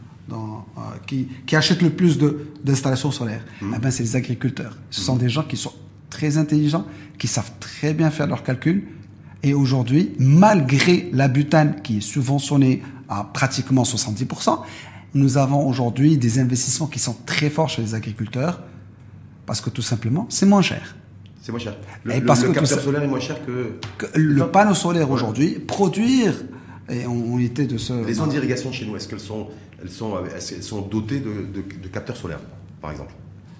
qui achètent le plus d'installations solaires. C'est les agriculteurs. Ce sont des gens qui sont très intelligents, qui savent très bien faire leurs calculs. Et aujourd'hui, malgré la butane qui est subventionnée à pratiquement 70%, nous avons aujourd'hui des investissements qui sont très forts chez les agriculteurs parce que tout simplement, c'est moins cher. C'est moins cher. Le capteur solaire est moins cher que le panneau solaire aujourd'hui. Produire, et on était de ce... Les zones d'irrigation chez nous, est-ce qu'elles sont dotées de capteurs solaires, par exemple?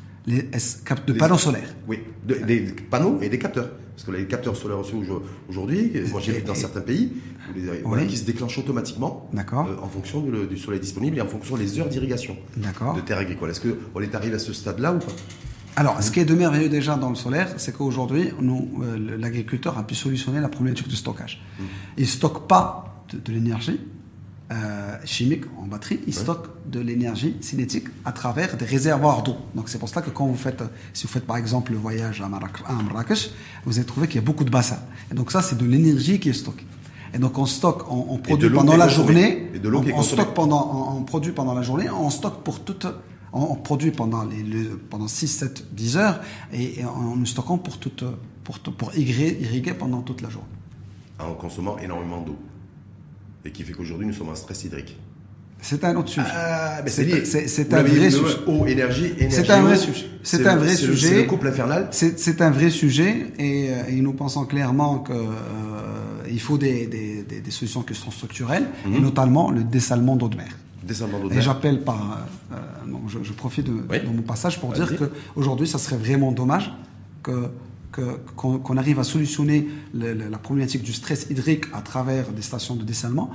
De panneaux solaires? Oui, des panneaux et des capteurs. Parce que les capteurs solaires aussi aujourd'hui, moi j'ai vu dans certains pays, qui se déclenchent automatiquement en fonction du soleil disponible et en fonction des heures d'irrigation de terres agricoles. Est-ce qu'on est arrivé à ce stade-là ou pas? Alors, ce qui est de merveilleux déjà dans le solaire, c'est qu'aujourd'hui, l'agriculteur a pu solutionner la problématique de stockage. Il ne stocke pas de l'énergie, chimiques en batterie, ils stockent de l'énergie cinétique à travers des réservoirs d'eau. Donc c'est pour ça que si vous faites par exemple le voyage à Marrakech, vous allez trouver qu'il y a beaucoup de bassins. Et donc ça, c'est de l'énergie qui est stockée. Et donc on stocke, on produit pendant la journée, on produit pendant la journée, on stocke on produit pendant 6, 7, 10 heures et en nous stockant pour irriguer pendant toute la journée. En consommant énormément d'eau. Et qui fait qu'aujourd'hui, nous sommes en stress hydrique. C'est un autre sujet. C'est un vrai sujet. Eau, énergie. C'est un vrai sujet. C'est un vrai sujet. C'est le couple infernal. C'est un vrai sujet et nous pensons clairement que il faut des solutions qui sont structurelles et notamment le dessalement d'eau de mer. Et j'appelle je profite de mon passage pour dire qu'aujourd'hui, ça serait vraiment dommage qu'on arrive à solutionner la problématique du stress hydrique à travers des stations de dessalement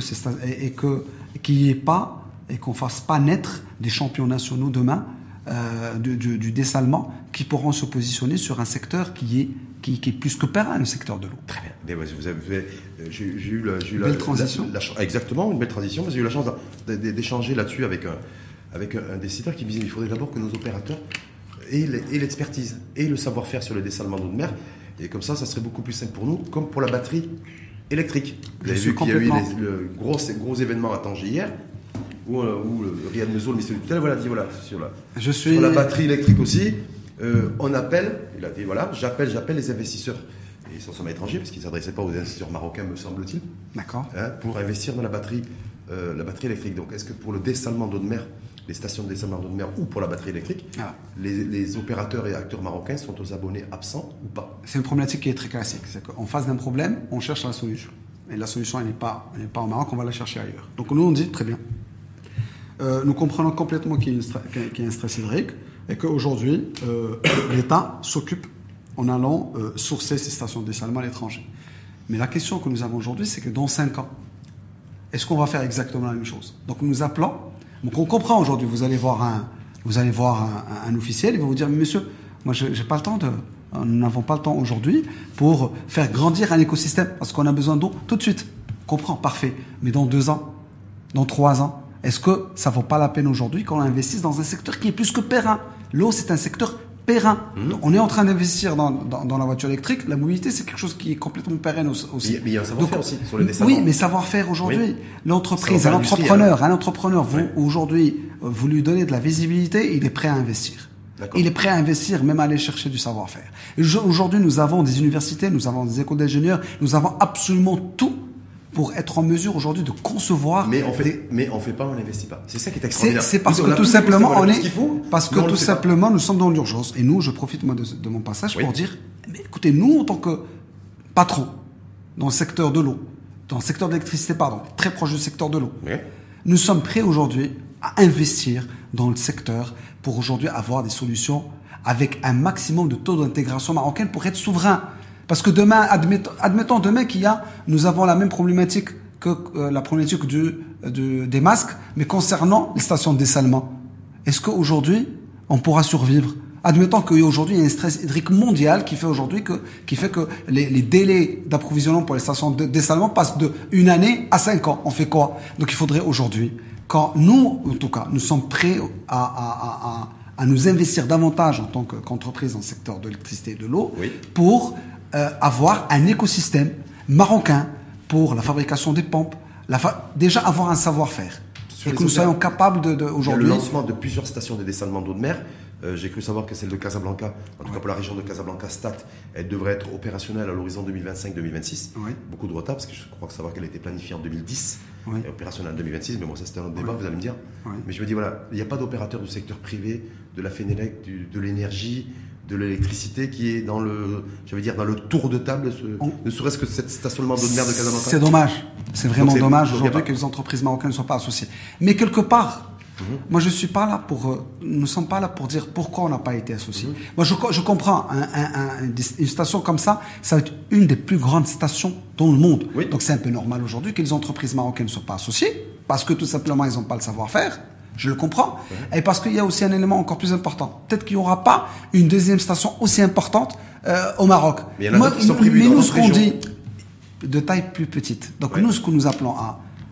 qu'il n'y ait pas et qu'on fasse pas naître des champions nationaux demain du dessalement qui pourront se positionner sur un secteur qui est plus que périn, le secteur de l'eau. Très bien. J'ai eu belle transition. Exactement, une belle transition, parce que j'ai eu la chance d'échanger là-dessus avec un décideur qui me disait qu'il faudrait d'abord que nos opérateurs et l'expertise et le savoir-faire sur le dessalement d'eau de mer, et comme ça serait beaucoup plus simple pour nous, comme pour la batterie électrique. Vous avez vu qu'il y a eu le gros événement à Tanger hier, où Riyad Mezo, le ministre de tutelle, sur la batterie électrique aussi, on appelle, il a dit j'appelle les investisseurs, et ils sont étrangers, parce qu'ils ne s'adressaient pas aux investisseurs marocains, me semble-t-il, pour investir dans la batterie électrique. Donc est-ce que pour le dessalement d'eau de mer, les stations de dessalement d'eau de mer ou pour la batterie électrique, les opérateurs et acteurs marocains sont aux abonnés absents ou pas? C'est une problématique qui est très classique. C'est qu'en face d'un problème, on cherche la solution. Et la solution, elle n'est pas au Maroc, on va la chercher ailleurs. Donc nous, on dit très bien. Nous comprenons complètement qu'il y a un stress hydrique et qu'aujourd'hui, l'État s'occupe en allant sourcer ces stations de dessalement à l'étranger. Mais la question que nous avons aujourd'hui, c'est que dans 5 ans, est-ce qu'on va faire exactement la même chose? Donc nous appelons. Donc on comprend aujourd'hui, vous allez voir un officiel, il va vous dire, mais monsieur, moi j'ai pas le temps nous n'avons pas le temps aujourd'hui pour faire grandir un écosystème, parce qu'on a besoin d'eau tout de suite. On comprend, parfait. Mais dans 2 ans, dans 3 ans, est-ce que ça vaut pas la peine aujourd'hui qu'on investisse dans un secteur qui est plus que périn? L'eau, c'est un secteur périn. On est en train d'investir dans la voiture électrique. La mobilité, c'est quelque chose qui est complètement pérenne aussi. Mais il y a un savoir-faire aussi sur le dessalement. Oui, mais savoir-faire aujourd'hui. L'entreprise, un entrepreneur, aujourd'hui, vous lui donnez de la visibilité, il est prêt à investir. Il est prêt à investir, même à aller chercher du savoir-faire. Aujourd'hui, nous avons des universités, nous avons des écoles d'ingénieurs, nous avons absolument tout pour être en mesure aujourd'hui de concevoir. Mais on fait pas, on n'investit pas. C'est ça qui est extraordinaire. C'est parce que tout simplement, nous sommes dans l'urgence. Et nous, je profite moi de mon passage pour dire, mais écoutez, nous, en tant que patron, dans le secteur de l'eau, dans le secteur de l'électricité, très proche du secteur de l'eau, nous sommes prêts aujourd'hui à investir dans le secteur pour aujourd'hui avoir des solutions avec un maximum de taux d'intégration marocaine pour être souverain. Parce que demain, admettons demain nous avons la même problématique que la problématique des masques, mais concernant les stations de dessalement. Est-ce qu'aujourd'hui, on pourra survivre? Admettons qu'aujourd'hui, il y a un stress hydrique mondial qui fait que les délais d'approvisionnement pour les stations de dessalement passent de 1 année à 5 ans. On fait quoi? Donc il faudrait aujourd'hui, quand nous, en tout cas, nous sommes prêts à nous investir davantage en tant qu'entreprise dans le secteur de l'électricité et de l'eau, pour avoir un écosystème marocain pour la fabrication des pompes, déjà avoir un savoir-faire. Et que nous soyons capables aujourd'hui... Il y a le lancement de plusieurs stations de dessalement d'eau de mer. J'ai cru savoir que celle de Casablanca, en tout cas pour la région de Casablanca, Stat, elle devrait être opérationnelle à l'horizon 2025-2026. Beaucoup de retard, parce que je crois savoir qu'elle a été planifiée en 2010, et opérationnelle en 2026, mais bon, ça c'était un autre débat, vous allez me dire. Mais je me dis, voilà, il n'y a pas d'opérateur du secteur privé, de la Fénélec, de l'énergie, de l'électricité qui est dans le tour de table, ne serait-ce que cette stationnement d'eau de mer de Casablanca. C'est dommage. C'est vraiment dommage aujourd'hui que les entreprises marocaines ne soient pas associées. Mais quelque part, moi je suis pas là nous ne sommes pas là pour dire pourquoi on n'a pas été associés. Moi je comprends, une station comme ça va être une des plus grandes stations dans le monde. Donc c'est un peu normal aujourd'hui que les entreprises marocaines ne soient pas associées, parce que tout simplement ils n'ont pas le savoir-faire. Je le comprends. Et parce qu'il y a aussi un élément encore plus important. Peut-être qu'il n'y aura pas une deuxième station aussi importante au Maroc. Mais il y en a d'autres qui sont prévues dans nous, ce qu'on dit, de taille plus petite. Donc nous, ce que nous appelons à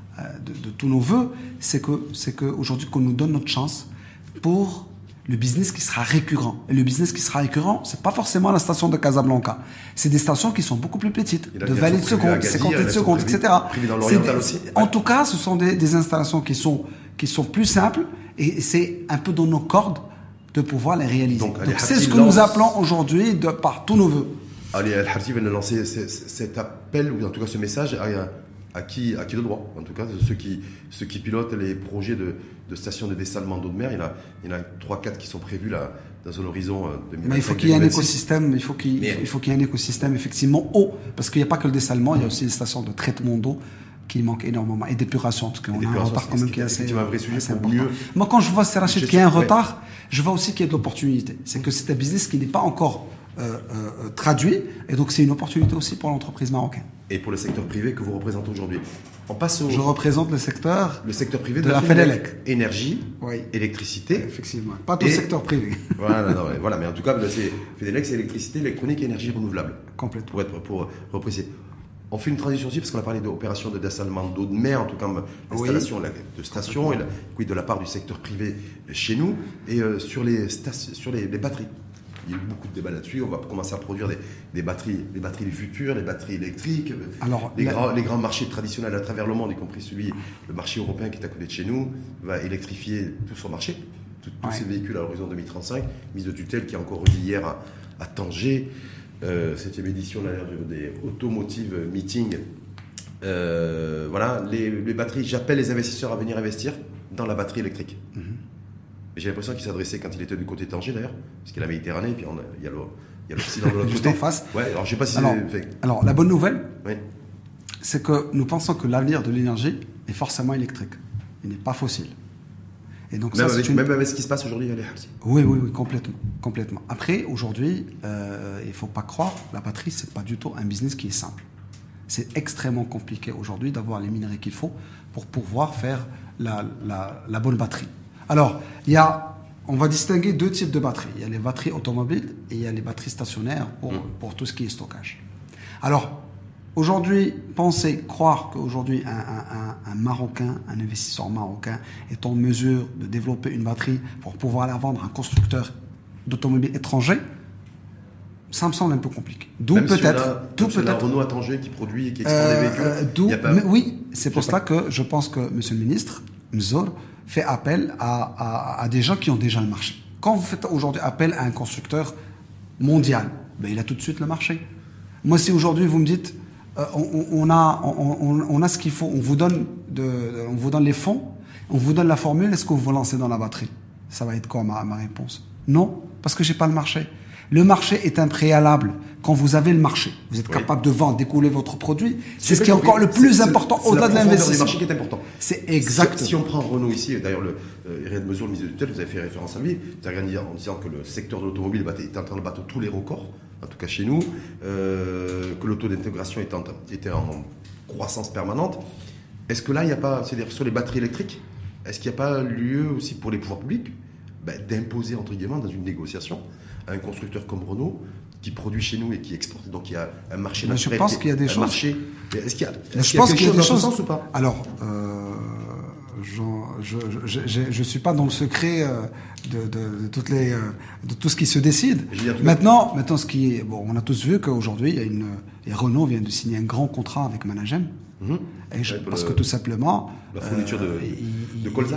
de tous nos voeux, c'est que aujourd'hui qu'on nous donne notre chance pour le business qui sera récurrent. Et le business qui sera récurrent, c'est pas forcément la station de Casablanca. C'est des stations qui sont beaucoup plus petites, de vallées de seconde, 50 de seconde, etc. En tout cas, ce sont des installations qui sont plus simples et c'est un peu dans nos cordes de pouvoir les réaliser. Donc c'est ce que nous appelons aujourd'hui par tous nos voeux. Ali Al-Harti vient de lancer cet appel, ou en tout cas ce message, à qui le droit. En tout cas, ceux qui pilotent les projets de stations de dessalement d'eau de mer, il y en a 3-4 qui sont prévus là, dans un horizon 2025. Mais il faut qu'il y ait un écosystème, il faut qu'il y ait un écosystème effectivement eau, parce qu'il n'y a pas que le dessalement, il y a aussi les stations de traitement d'eau qui manquent énormément, et d'épuration, parce qu'on a un retard quand même qui est assez important. Moi, quand je vois Serrachid qu'il y a un retard, je vois aussi qu'il y a de l'opportunité. C'est que c'est un business qui n'est pas encore traduit, et donc c'est une opportunité aussi pour l'entreprise marocaine. Et pour le secteur privé que vous représentez aujourd'hui. Je représente le secteur privé de la Fédélec. Énergie, électricité. Effectivement, pas tout le secteur privé. Voilà, mais en tout cas, Fédélec, c'est électricité, électronique et énergie renouvelable. Complètement. Pour repréciser. On fait une transition aussi parce qu'on a parlé d'opérations de dessalement d'eau de mer, en tout cas d'installation de stations, et de la part du secteur privé chez nous, et sur les batteries. Il y a eu beaucoup de débats là-dessus. On va commencer à produire des batteries du futur, des batteries électriques. Alors, les grands marchés traditionnels à travers le monde, y compris le marché européen qui est à côté de chez nous, va électrifier tout son marché, tous ces véhicules à l'horizon 2035. Mise de tutelle qui a encore eu hier à Tanger, 7e édition des Automotive Meeting. Les batteries, j'appelle les investisseurs à venir investir dans la batterie électrique. J'ai l'impression qu'il s'adressait quand il était du côté de Tanger d'ailleurs, parce qu'il y a la Méditerranée, et puis il y a l'Occident de l'autre côté. Juste en face. Ouais, alors je sais pas si alors la bonne nouvelle, c'est que nous pensons que l'avenir de l'énergie est forcément électrique. Il n'est pas fossile. Et donc même avec ce qui se passe aujourd'hui à l'Harti. Oui, complètement. Après, aujourd'hui, il ne faut pas croire, la batterie, c'est pas du tout un business qui est simple. C'est extrêmement compliqué aujourd'hui d'avoir les minerais qu'il faut pour pouvoir faire la bonne batterie. Alors, on va distinguer deux types de batteries. Il y a les batteries automobiles et il y a les batteries stationnaires pour tout ce qui est stockage. Alors, aujourd'hui, croire qu'aujourd'hui un Marocain, un investisseur marocain est en mesure de développer une batterie pour pouvoir la vendre à un constructeur d'automobile étranger, ça me semble un peu compliqué. D'où peut-être Renault à Tanger qui produit et qui exporte des véhicules. Oui, c'est pour cela que je pense que Monsieur le ministre Mzor fait appel à des gens qui ont déjà le marché. Quand vous faites aujourd'hui appel à un constructeur mondial, il a tout de suite le marché. Moi, si aujourd'hui vous me dites, on a ce qu'il faut, on vous donne les fonds, on vous donne la formule, est-ce que vous vous lancez dans la batterie? Ça va être quoi ma réponse? Non, parce que j'ai pas le marché. Le marché est un préalable. Quand vous avez le marché, vous êtes capable de vendre, d'écouler votre produit. C'est ce qui est encore le plus important au-delà de l'investissement. C'est le marché qui est important. C'est exact. Si on prend Renault ici, d'ailleurs, Riyad Messour, le ministre de tutelle, vous avez fait référence à lui, vous avez rien en disant que le secteur de l'automobile est en train de battre tous les records, en tout cas chez nous, que le taux d'intégration était en croissance permanente. Est-ce que là, il n'y a pas, c'est-à-dire sur les batteries électriques, est-ce qu'il n'y a pas lieu aussi pour les pouvoirs publics d'imposer, entre guillemets, dans une négociation, à un constructeur comme Renault qui produit chez nous et qui exporte, donc il y a un marché naturel. Je pense qu'il y a des choses. Est-ce qu'il y a quelque chose dans ce sens ou pas? Alors, je suis pas dans le secret de tout ce qui se décide. Maintenant, ce qui est on a tous vu qu'aujourd'hui, Renault vient de signer un grand contrat avec Managem. Parce que tout simplement la fourniture de colza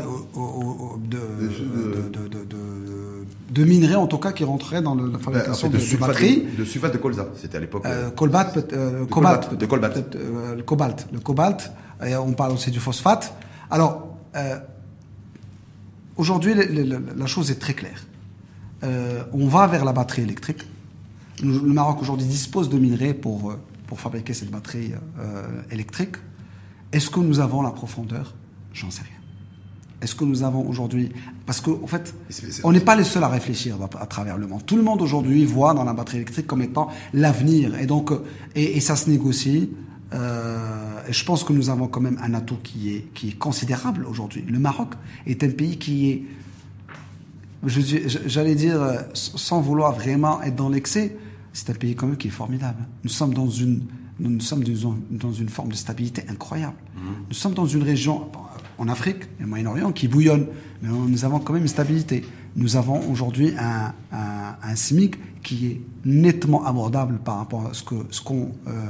de minerais en tout cas qui rentraient dans la fabrication de batteries de sulfate de colza, c'était à l'époque le cobalt, et on parle aussi du phosphate. Alors aujourd'hui la chose est très claire, on va vers la batterie électrique. Le Maroc aujourd'hui dispose de minerais pour fabriquer cette batterie électrique. Est-ce que nous avons la profondeur? J'en sais rien. Est-ce que nous avons aujourd'hui... Parce qu'en fait, on n'est pas les seuls à réfléchir à travers le monde. Tout le monde aujourd'hui voit dans la batterie électrique comme étant l'avenir. Et donc, et ça se négocie. Et je pense que nous avons quand même un atout qui est considérable aujourd'hui. Le Maroc est un pays qui est... J'allais dire, sans vouloir vraiment être dans l'excès, c'est un pays quand même qui est formidable. Nous sommes dans une nous sommes dans une forme de stabilité incroyable. Nous sommes dans une région, en Afrique, le Moyen-Orient, qui bouillonne, mais nous avons quand même une stabilité. Nous avons aujourd'hui un SMIC qui est nettement abordable par rapport à ce qu'ont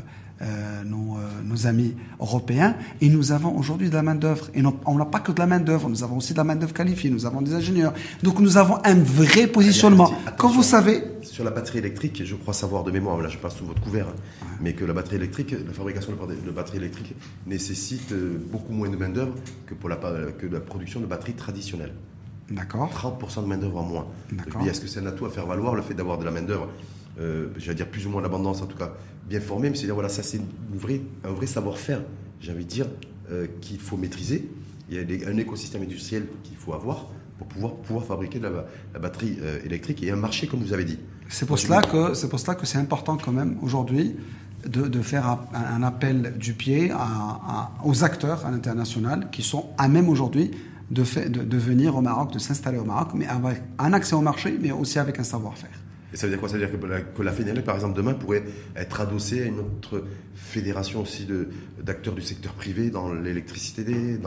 nos amis européens, et nous avons aujourd'hui de la main-d'œuvre. Et on n'a pas que de la main-d'œuvre, nous avons aussi de la main-d'œuvre qualifiée, nous avons des ingénieurs. Donc nous avons un vrai positionnement. Quand vous savez. Sur la batterie électrique, je crois savoir de mémoire, là je passe sous votre couvert, mais que la batterie électrique, la fabrication de batterie électrique nécessite beaucoup moins de main-d'œuvre que la production de batteries traditionnelles. D'accord. 30% de main-d'œuvre en moins. D'accord. Est-ce que c'est un atout à faire valoir, le fait d'avoir de la main-d'œuvre, j'allais dire plus ou moins l'abondance, en tout cas bien formée, mais c'est-à-dire, voilà, ça c'est un vrai savoir-faire, j'ai envie de dire, qu'il faut maîtriser. Il y a un écosystème industriel qu'il faut avoir pour pouvoir fabriquer de la batterie électrique, et un marché, comme vous avez dit. C'est pour cela que c'est important quand même aujourd'hui de faire un appel du pied aux acteurs à l'international qui sont à même aujourd'hui de venir au Maroc, de s'installer au Maroc, mais avec un accès au marché, mais aussi avec un savoir-faire. Et ça veut dire quoi? Ça veut dire que la FENELEC, par exemple, demain, pourrait être adossée à une autre fédération aussi d'acteurs du secteur privé dans l'électricité,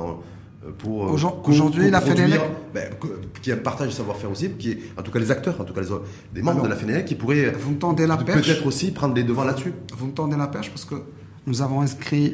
pour aujourd'hui la FENELEC, qui a un partage de savoir-faire aussi, qui est en tout cas les acteurs, en tout cas des membres de la FENELEC, qui pourraient vous me tendez la perche, peut-être aussi prendre les devants là-dessus. Vous me tendez la perche parce que nous avons inscrit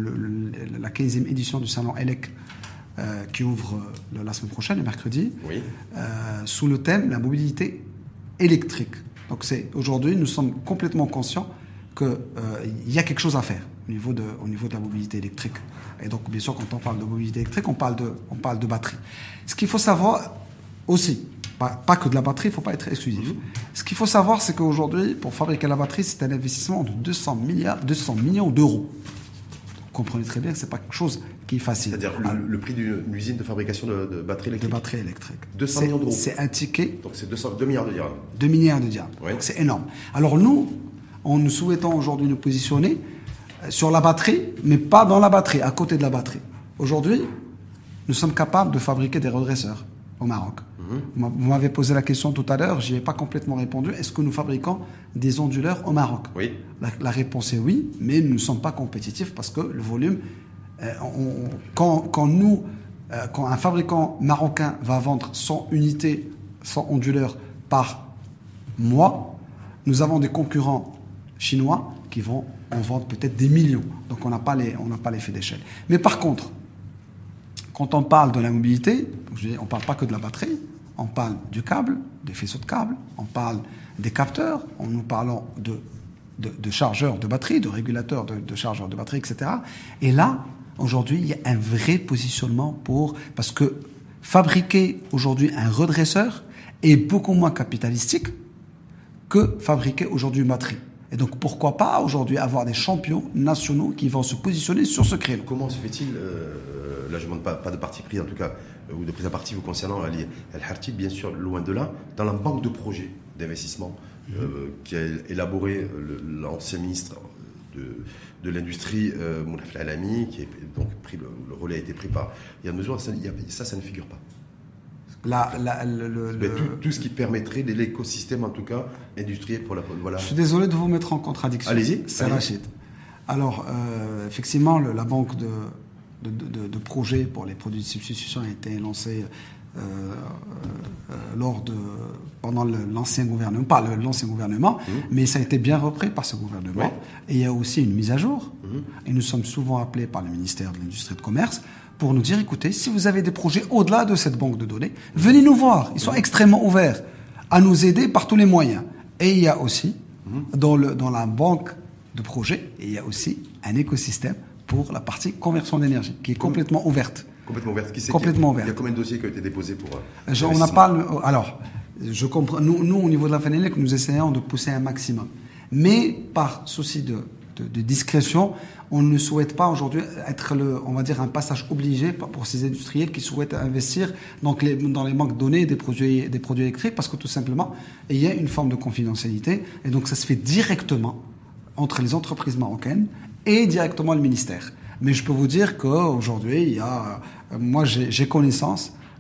la 15e édition du salon ELEC qui ouvre la semaine prochaine, le mercredi, oui. Sous le thème la mobilité électrique. Donc aujourd'hui, nous sommes complètement conscients qu'il y a quelque chose à faire au niveau de la mobilité électrique. Et donc, bien sûr, quand on parle de mobilité électrique, on parle de batterie. Ce qu'il faut savoir aussi, pas que de la batterie, il ne faut pas être exclusif. Ce qu'il faut savoir, c'est qu'aujourd'hui, pour fabriquer la batterie, c'est un investissement de 200 millions d'euros. Vous comprenez très bien que ce n'est pas quelque chose qui est facile. C'est-à-dire le prix d'une usine de fabrication de batterie électrique. De batterie électrique. 200 millions d'euros. C'est un ticket. Donc c'est 2 milliards de dirhams. 2 milliards de dirhams. Oui. Donc c'est énorme. Alors nous souhaitons aujourd'hui nous positionner sur la batterie, mais pas dans la batterie, à côté de la batterie. Aujourd'hui, nous sommes capables de fabriquer des redresseurs au Maroc. Vous m'avez posé la question tout à l'heure, j'y ai pas complètement répondu. Est-ce que nous fabriquons des onduleurs au Maroc? Oui. La réponse est oui, mais nous ne sommes pas compétitifs parce que le volume, quand un fabricant marocain va vendre 100 unités, 100 onduleurs par mois, nous avons des concurrents chinois qui vont en vendre peut-être des millions. Donc on n'a pas l'effet d'échelle. Mais par contre, quand on parle de la mobilité, on ne parle pas que de la batterie, on parle du câble, des faisceaux de câbles, on parle des capteurs, nous parlons de chargeurs de batterie, de régulateurs de chargeurs de batterie, etc. Et là, aujourd'hui, il y a un vrai positionnement parce que fabriquer aujourd'hui un redresseur est beaucoup moins capitalistique que fabriquer aujourd'hui une batterie. Et donc, pourquoi pas aujourd'hui avoir des champions nationaux qui vont se positionner sur ce créneau? Comment se fait-il, là je ne demande pas de parti pris en tout cas, ou de prise à partie vous concernant Ali El Hartib, bien sûr, loin de là, dans la banque de projets d'investissement qui a élaboré l'ancien ministre de l'industrie, Mounaf Al-Alami, qui est donc le relais a été pris par Yann Mezouar, ça ne figure pas. Tout ce qui permettrait de l'écosystème, en tout cas, industriel pour la... Voilà. Je suis désolé de vous mettre en contradiction. Allez-y. C'est Rachid. Alors, effectivement, la banque de projets pour les produits de substitution a été lancée pendant l'ancien gouvernement, pas l'ancien gouvernement, mais ça a été bien repris par ce gouvernement. Ouais. Et il y a aussi une mise à jour. Et nous sommes souvent appelés par le ministère de l'Industrie et de Commerce pour nous dire, écoutez, si vous avez des projets au-delà de cette banque de données, venez nous voir. Ils sont extrêmement ouverts à nous aider par tous les moyens. Et il y a aussi, dans la banque de projets, il y a aussi un écosystème pour la partie conversion d'énergie, qui est complètement ouverte. Complètement ouverte. Complètement ouverte. Il y a combien de dossiers qui ont été déposés pour... on n'a pas... Alors, je comprends. Nous, au niveau de la FENELEC, nous essayons de pousser un maximum. Mais par souci de discrétion, on ne souhaite pas aujourd'hui être on va dire un passage obligé pour ces industriels qui souhaitent investir dans les banques de données des produits électriques, parce que tout simplement, il y a une forme de confidentialité, et donc ça se fait directement entre les entreprises marocaines et directement le ministère. Mais je peux vous dire qu'aujourd'hui, moi j'ai connaissance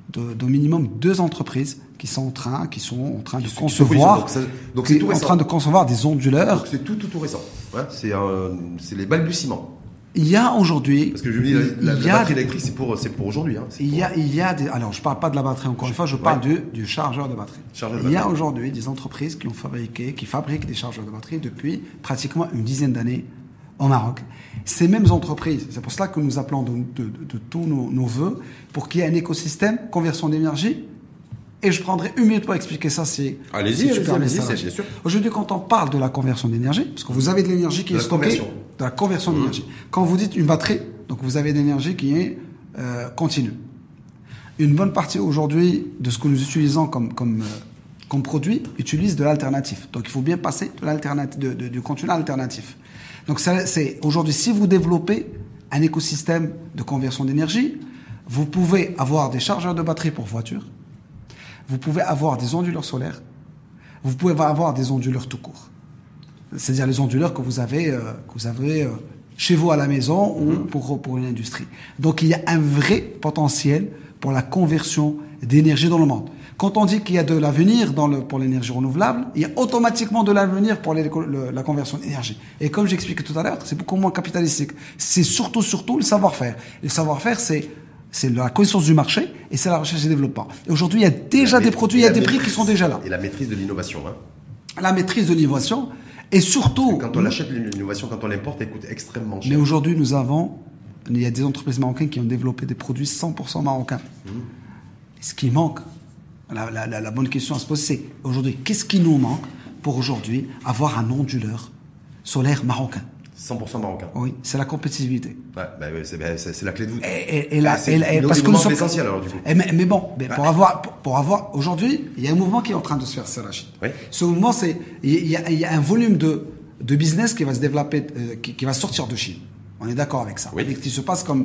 d'au minimum 2 entreprises qui sont en train de concevoir, en train de concevoir des onduleurs. Donc c'est tout récent. Ouais, c'est les balbutiements. Il y a aujourd'hui. Parce que je dis la batterie électrique, c'est pour aujourd'hui. Hein, il y a des. Alors, je parle pas de la batterie encore une fois, je parle du chargeur de batterie. Il y a aujourd'hui des entreprises qui fabriquent des chargeurs de batterie depuis pratiquement une dizaine d'années au Maroc. Ces mêmes entreprises, c'est pour cela que nous appelons de tous nos voeux pour qu'il y ait un écosystème conversion d'énergie. Et je prendrai 1 minute pour expliquer ça. Allez-y, bien sûr. Aujourd'hui, quand on parle de la conversion d'énergie, parce que vous avez de l'énergie qui est stockée, de la conversion d'énergie. Quand vous dites une batterie, donc vous avez de l'énergie qui est continue. Une bonne partie aujourd'hui de ce que nous utilisons comme produit utilise de l'alternatif. Donc il faut bien passer du contenu alternatif. Donc c'est aujourd'hui, si vous développez un écosystème de conversion d'énergie, vous pouvez avoir des chargeurs de batterie pour voitures. Vous pouvez avoir des onduleurs solaires, vous pouvez avoir des onduleurs tout court. C'est-à-dire les onduleurs que vous avez chez vous à la maison ou pour une industrie. Donc il y a un vrai potentiel pour la conversion d'énergie dans le monde. Quand on dit qu'il y a de l'avenir pour l'énergie renouvelable, il y a automatiquement de l'avenir pour la conversion d'énergie. Et comme j'expliquais tout à l'heure, c'est beaucoup moins capitalistique. C'est surtout le savoir-faire. Le savoir-faire, c'est la connaissance du marché et c'est la recherche et développement. Et aujourd'hui, il y a déjà des produits, il y a des prix qui sont déjà là. Et la maîtrise de l'innovation. Hein. La maîtrise de l'innovation et surtout... Quand on achète l'innovation, quand on l'importe, elle coûte extrêmement cher. Mais aujourd'hui, il y a des entreprises marocaines qui ont développé des produits 100% marocains. Ce qui manque, la bonne question à se poser, c'est aujourd'hui, qu'est-ce qui nous manque pour aujourd'hui avoir un onduleur solaire marocain ? 100% marocain. Oui, c'est la compétitivité. Ouais, c'est la clé de voûte. Parce que nous sommes essentiel alors du coup. Mais bon, pour avoir aujourd'hui, il y a un mouvement qui est en train de se faire, c'est la Chine. Oui. Ce mouvement, il y a un volume de business qui va se développer, qui va sortir de Chine. On est d'accord avec ça. Oui. Et qui se passe comme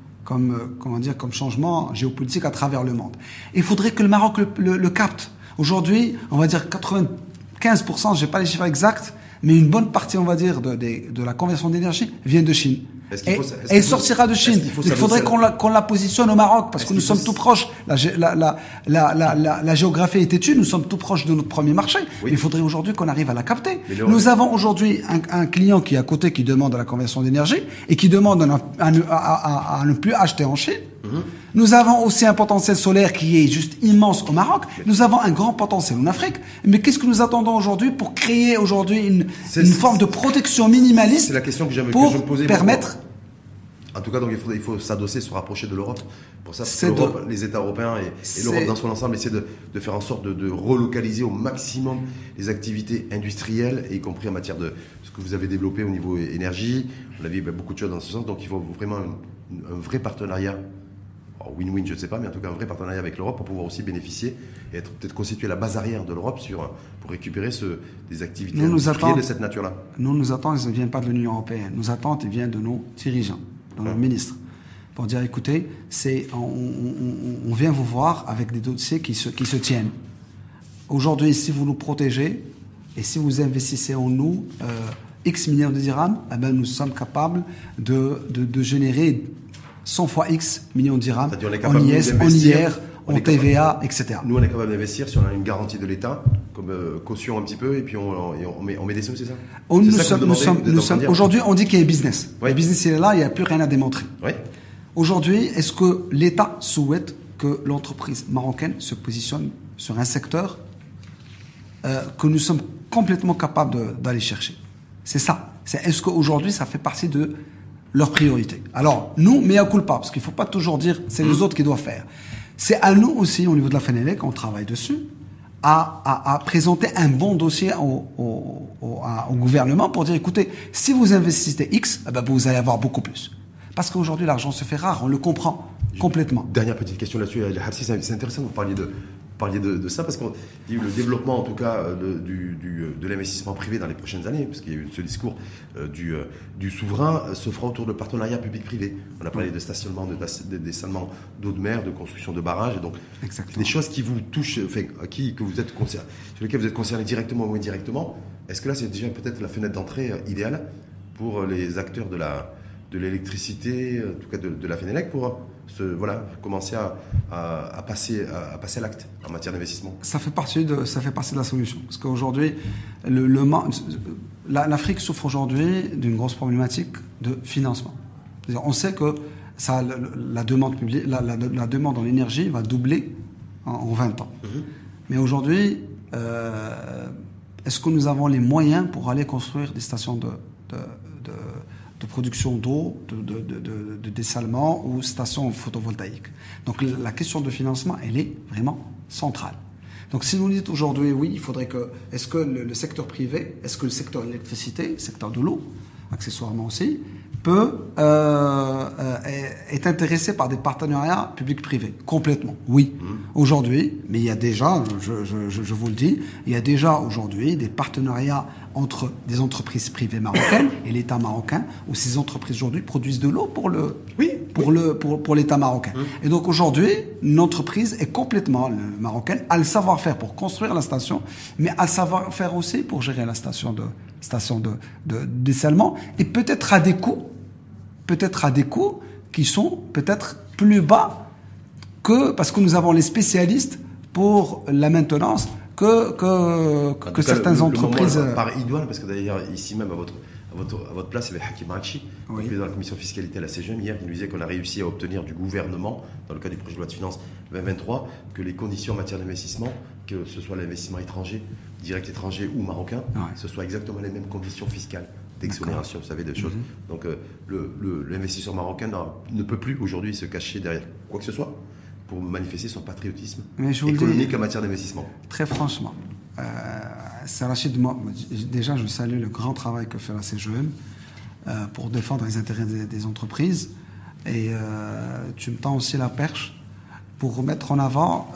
changement géopolitique à travers le monde. Il faudrait que le Maroc le capte. Aujourd'hui, on va dire 95%, j'ai pas les chiffres exacts, mais une bonne partie, on va dire, de la conversion d'énergie vient de Chine. Elle sortira de Chine. Il faudrait qu'on la positionne au Maroc, parce que nous sommes tout proches. La géographie est têtue, nous sommes tout proches de notre premier marché. Oui. Mais il faudrait aujourd'hui qu'on arrive à la capter. Nous avons aujourd'hui un client qui est à côté, qui demande la conversion d'énergie, et qui demande à ne plus acheter en Chine. Nous avons aussi un potentiel solaire qui est juste immense au Maroc. Nous avons un grand potentiel en Afrique. Mais qu'est-ce que nous attendons aujourd'hui pour créer aujourd'hui une forme de protection minimaliste? C'est la question que je me posais. Permettre. En tout cas, donc il faut s'adosser, se rapprocher de l'Europe. Pour ça, les États européens et l'Europe dans son ensemble essaient de faire en sorte de relocaliser au maximum les activités industrielles, y compris en matière de ce que vous avez développé au niveau énergie. On a vu beaucoup de choses dans ce sens. Donc il faut vraiment un vrai partenariat. Win-win, je ne sais pas, mais en tout cas un vrai partenariat avec l'Europe pour pouvoir aussi bénéficier et être peut-être constituer la base arrière de l'Europe pour récupérer des activités industrielles de cette nature-là. Nos attentes ne viennent pas de l'Union européenne. Nos attentes viennent de nos dirigeants, de nos ministres, pour dire écoutez, on vient vous voir avec des dossiers qui se tiennent. Aujourd'hui, si vous nous protégez et si vous investissez en nous X milliards de dirhams, nous sommes capables de générer 100 fois X millions de dirhams en IS, en IR, en TVA, etc. Nous, on est capable d'investir si on a une garantie de l'État, comme caution un petit peu, et puis on met des sous, c'est ça? Aujourd'hui, on dit qu'il y a un business. Ouais. Le business, il est là, il n'y a plus rien à démontrer. Ouais. Aujourd'hui, est-ce que l'État souhaite que l'entreprise marocaine se positionne sur un secteur que nous sommes complètement capables d'aller chercher? C'est ça. Est-ce qu'aujourd'hui, ça fait partie de leur priorité? Alors, nous, mea culpa, parce qu'il ne faut pas toujours dire c'est les autres qui doivent faire. C'est à nous aussi, au niveau de la FENELEC, on travaille dessus, à présenter un bon dossier au gouvernement pour dire, écoutez, si vous investissez X, vous allez avoir beaucoup plus. Parce qu'aujourd'hui, l'argent se fait rare, on le comprend complètement. Dernière petite question là-dessus, Harsi, c'est intéressant que vous parliez de ça, parce que le développement, en tout cas, de l'investissement privé dans les prochaines années, parce qu'il y a eu ce discours du souverain, se fera autour de partenariats public-privé. On a parlé de stationnement, de dessalement d'eau de mer, de construction de barrages, et donc des choses qui vous touchent, sur lesquelles vous êtes concerné directement ou indirectement. Est-ce que là, c'est déjà peut-être la fenêtre d'entrée idéale pour les acteurs de l'électricité, en tout cas de la Fenelec, pour commencer à passer à l'acte en matière d'investissement? Ça fait partie de la solution. Parce qu'aujourd'hui, l'Afrique souffre aujourd'hui d'une grosse problématique de financement. C'est-à-dire, on sait que la demande publique, la demande en énergie va doubler en 20 ans. Mais aujourd'hui, est-ce que nous avons les moyens pour aller construire des stations de production d'eau, de dessalement ou stations photovoltaïques? Donc la question de financement, elle est vraiment centrale. Donc si vous dites aujourd'hui, oui, il faudrait que... Est-ce que le secteur privé, est-ce que le secteur de l'électricité, le secteur de l'eau, accessoirement aussi, est intéressé par des partenariats publics-privés? Complètement, oui. Aujourd'hui, mais il y a déjà, je vous le dis, il y a déjà aujourd'hui des partenariats entre des entreprises privées marocaines et l'État marocain, où ces entreprises aujourd'hui produisent de l'eau pour l'État marocain. Et donc aujourd'hui, une entreprise est complètement marocaine, a le savoir-faire pour construire la station, mais a le savoir-faire aussi pour gérer la station de dessalement, et peut-être à des coûts qui sont peut-être plus bas parce que nous avons les spécialistes pour la maintenance que certaines entreprises. Par idoine, parce que d'ailleurs ici même à votre place, il y avait Hakim Rakchi, dans la commission fiscalité à la CGM hier, qui nous disait qu'on a réussi à obtenir du gouvernement, dans le cadre du projet de loi de finances 2023, que les conditions en matière d'investissement, que ce soit l'investissement étranger, direct étranger ou marocain, ce soit exactement les mêmes conditions fiscales d'exonération, vous savez, des choses. Donc l'investisseur marocain ne peut plus aujourd'hui se cacher derrière quoi que ce soit pour manifester son patriotisme économique en matière d'investissement. Très franchement, c'est Rachid, déjà je salue le grand travail que fait la CGM pour défendre les intérêts des entreprises, et tu me tends aussi la perche pour mettre en avant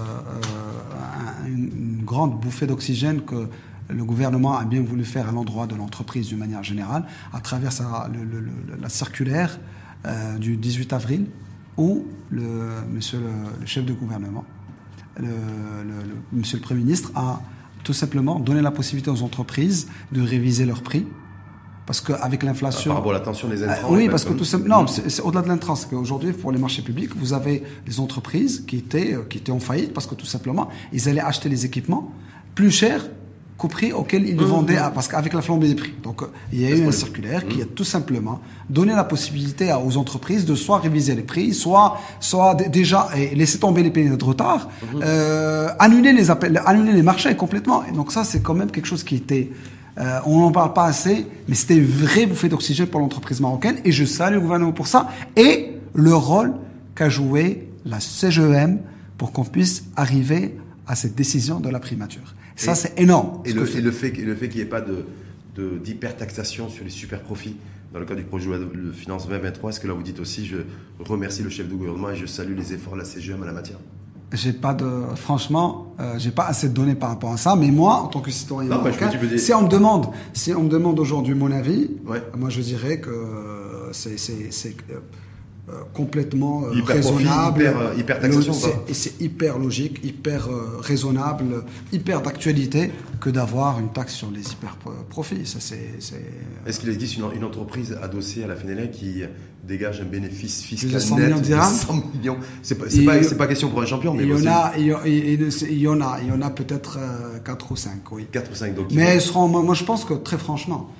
une grande bouffée d'oxygène que le gouvernement a bien voulu faire à l'endroit de l'entreprise d'une manière générale, à travers la circulaire du 18 avril, où monsieur le chef de gouvernement, monsieur le Premier ministre, a tout simplement donné la possibilité aux entreprises de réviser leurs prix. Parce qu'avec l'inflation... Par rapport à la tension des intrants. Oui, parce que tout simplement... Non, c'est au-delà de l'intrant. C'est qu'aujourd'hui, pour les marchés publics, vous avez des entreprises qui étaient en faillite parce que tout simplement, ils allaient acheter les équipements plus chers qu'au prix auquel ils le vendaient, parce qu'avec la flambée des prix. Donc, il y a eu une circulaire qui a tout simplement donné la possibilité aux entreprises de soit réviser les prix, soit déjà laisser tomber les paiements de retard, annuler les marchés complètement. Et donc ça, c'est quand même quelque chose qui était... on n'en parle pas assez, mais c'était une vraie bouffée d'oxygène pour l'entreprise marocaine, et je salue le gouvernement pour ça, et le rôle qu'a joué la CGM pour qu'on puisse arriver à cette décision de la primature. Ça, c'est énorme. Et le fait qu'il n'y ait pas d'hypertaxation sur les super profits dans le cadre du projet de loi de finances 2023, est-ce que là vous dites aussi, je remercie le chef de gouvernement et je salue les efforts de la CGM à la matière? Franchement, j'ai pas assez de données par rapport à ça, mais moi, en tant que citoyen marocain, si on me demande aujourd'hui mon avis, moi je dirais que c'est complètement raisonnable. Hypertaxation, c'est hyper logique, hyper raisonnable, hyper d'actualité que d'avoir une taxe sur les hyper profits. Ça, Est-ce qu'il existe une entreprise adossée à la Fenelec qui dégage un bénéfice fiscal de 100 net millions de dirhams? 100 millions. C'est pas question pour un champion, mais il y en a peut-être 4 ou 5, oui. 4 ou 5, donc. Mais moi je pense que très franchement,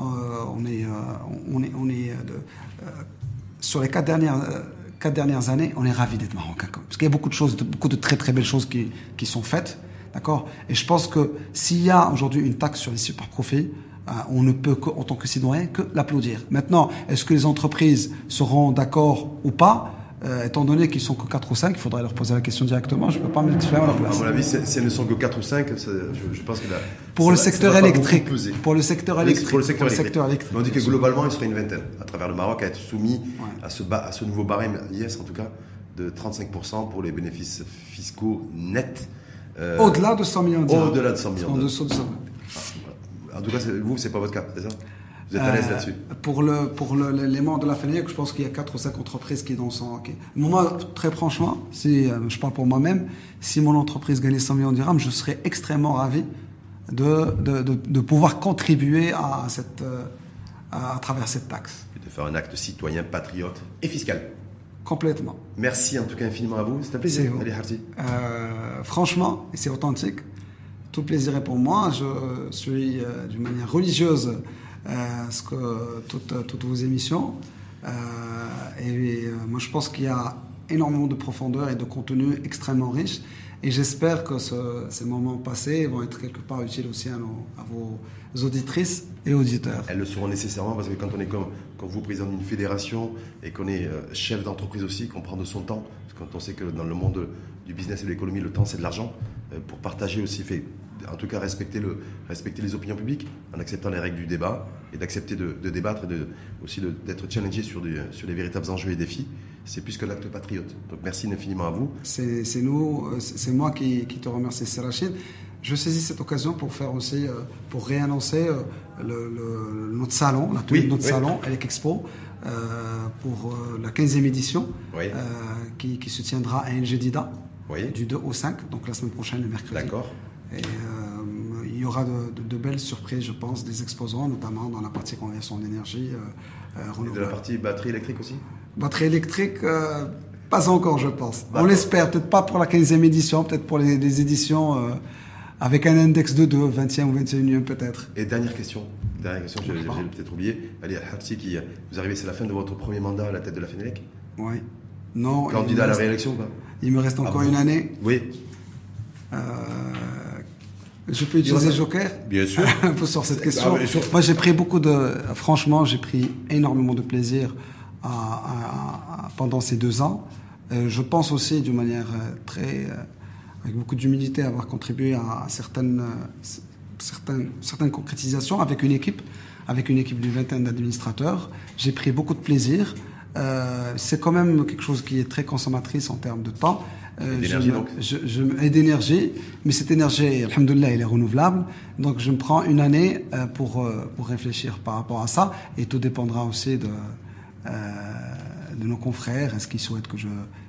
sur les 4 dernières années, on est ravis d'être marocain. Parce qu'il y a beaucoup de très très belles choses qui sont faites, d'accord. Et je pense que s'il y a aujourd'hui une taxe sur les super profits, on ne peut, en tant que citoyen, que l'applaudir. Maintenant, est-ce que les entreprises seront d'accord ou pas? Étant donné qu'ils sont que 4 ou 5, il faudrait leur poser la question directement. Je ne peux pas m'exprimer à leur place. À mon avis, si elles ne sont que 4 ou 5, je pense que pour le secteur électrique. Pour le secteur électrique. On dit que globalement, il serait une vingtaine à travers le Maroc à être soumis à ce nouveau barème IS, en tout cas, de 35% pour les bénéfices fiscaux nets. Au-delà de 100 millions de dirhams. Au-delà de 100 millions. En dessous de 100 millions. En tout cas, vous, c'est pas votre cas, c'est ça? Vous êtes à l'aise là-dessus? Pour l'élément de la Fenelec, je pense qu'il y a 4 ou 5 entreprises qui sont... Okay. Moi, très franchement, si je parle pour moi-même, si mon entreprise gagnait 100 millions de dirhams, je serais extrêmement ravi de pouvoir contribuer à à travers cette taxe. Et de faire un acte citoyen, patriote et fiscal. Complètement. Merci en tout cas infiniment à vous. C'est un plaisir, Ali Harti. Franchement, et c'est authentique, tout le plaisir est pour moi. Je suis d'une manière religieuse toutes vos émissions. Moi, je pense qu'il y a énormément de profondeur et de contenu extrêmement riche. Et j'espère que ces moments passés vont être quelque part utiles aussi à vos auditrices et auditeurs. Elles le seront nécessairement parce que quand on est comme vous, président d'une fédération, et qu'on est chef d'entreprise aussi, qu'on prend de son temps, parce que quand on sait que dans le monde du business et de l'économie, le temps c'est de l'argent, pour partager aussi, en tout cas respecter les opinions publiques, en acceptant les règles du débat, et d'accepter de débattre, et aussi d'être challengé sur les véritables enjeux et défis, c'est plus qu'un acte patriote. Donc merci infiniment à vous. C'est moi qui te remercie, c'est Rachid. Je saisis cette occasion pour faire aussi, pour réannoncer notre salon, la tenue de notre salon, Elec Expo, pour la 15e édition, qui se tiendra à N'Jedida, du 2 au 5, donc la semaine prochaine, le mercredi. D'accord. Et il y aura de belles surprises, je pense, des exposants, notamment dans la partie conversion d'énergie renouvelable. Et de la partie batterie électrique aussi ? Batterie électrique, pas encore, je pense. On l'espère, peut-être pas pour la 15e édition, peut-être pour les éditions avec un index de 2, 20e ou 21e peut-être. Et dernière question, j'ai peut-être oublié. Ali Harti, vous arrivez, c'est la fin de votre premier mandat à la tête de la Fenelec ? Oui. Non. Candidat à la réélection ou pas ? Il me reste encore une année. Oui. Je peux utiliser Joker ? Bien sûr. Sur cette question. Moi, j'ai pris franchement, j'ai pris énormément de plaisir pendant ces 2 ans. Je pense aussi, d'une manière avec beaucoup d'humilité, avoir contribué à certaines concrétisations avec une équipe d'une vingtaine d'administrateurs. J'ai pris beaucoup de plaisir. C'est quand même quelque chose qui est très consommatrice en termes de temps. Et d'énergie, mais cette énergie, alhamdoulilah, elle est renouvelable. Donc je me prends une année pour réfléchir par rapport à ça, et tout dépendra aussi de nos confrères. Est-ce qu'ils souhaitent que je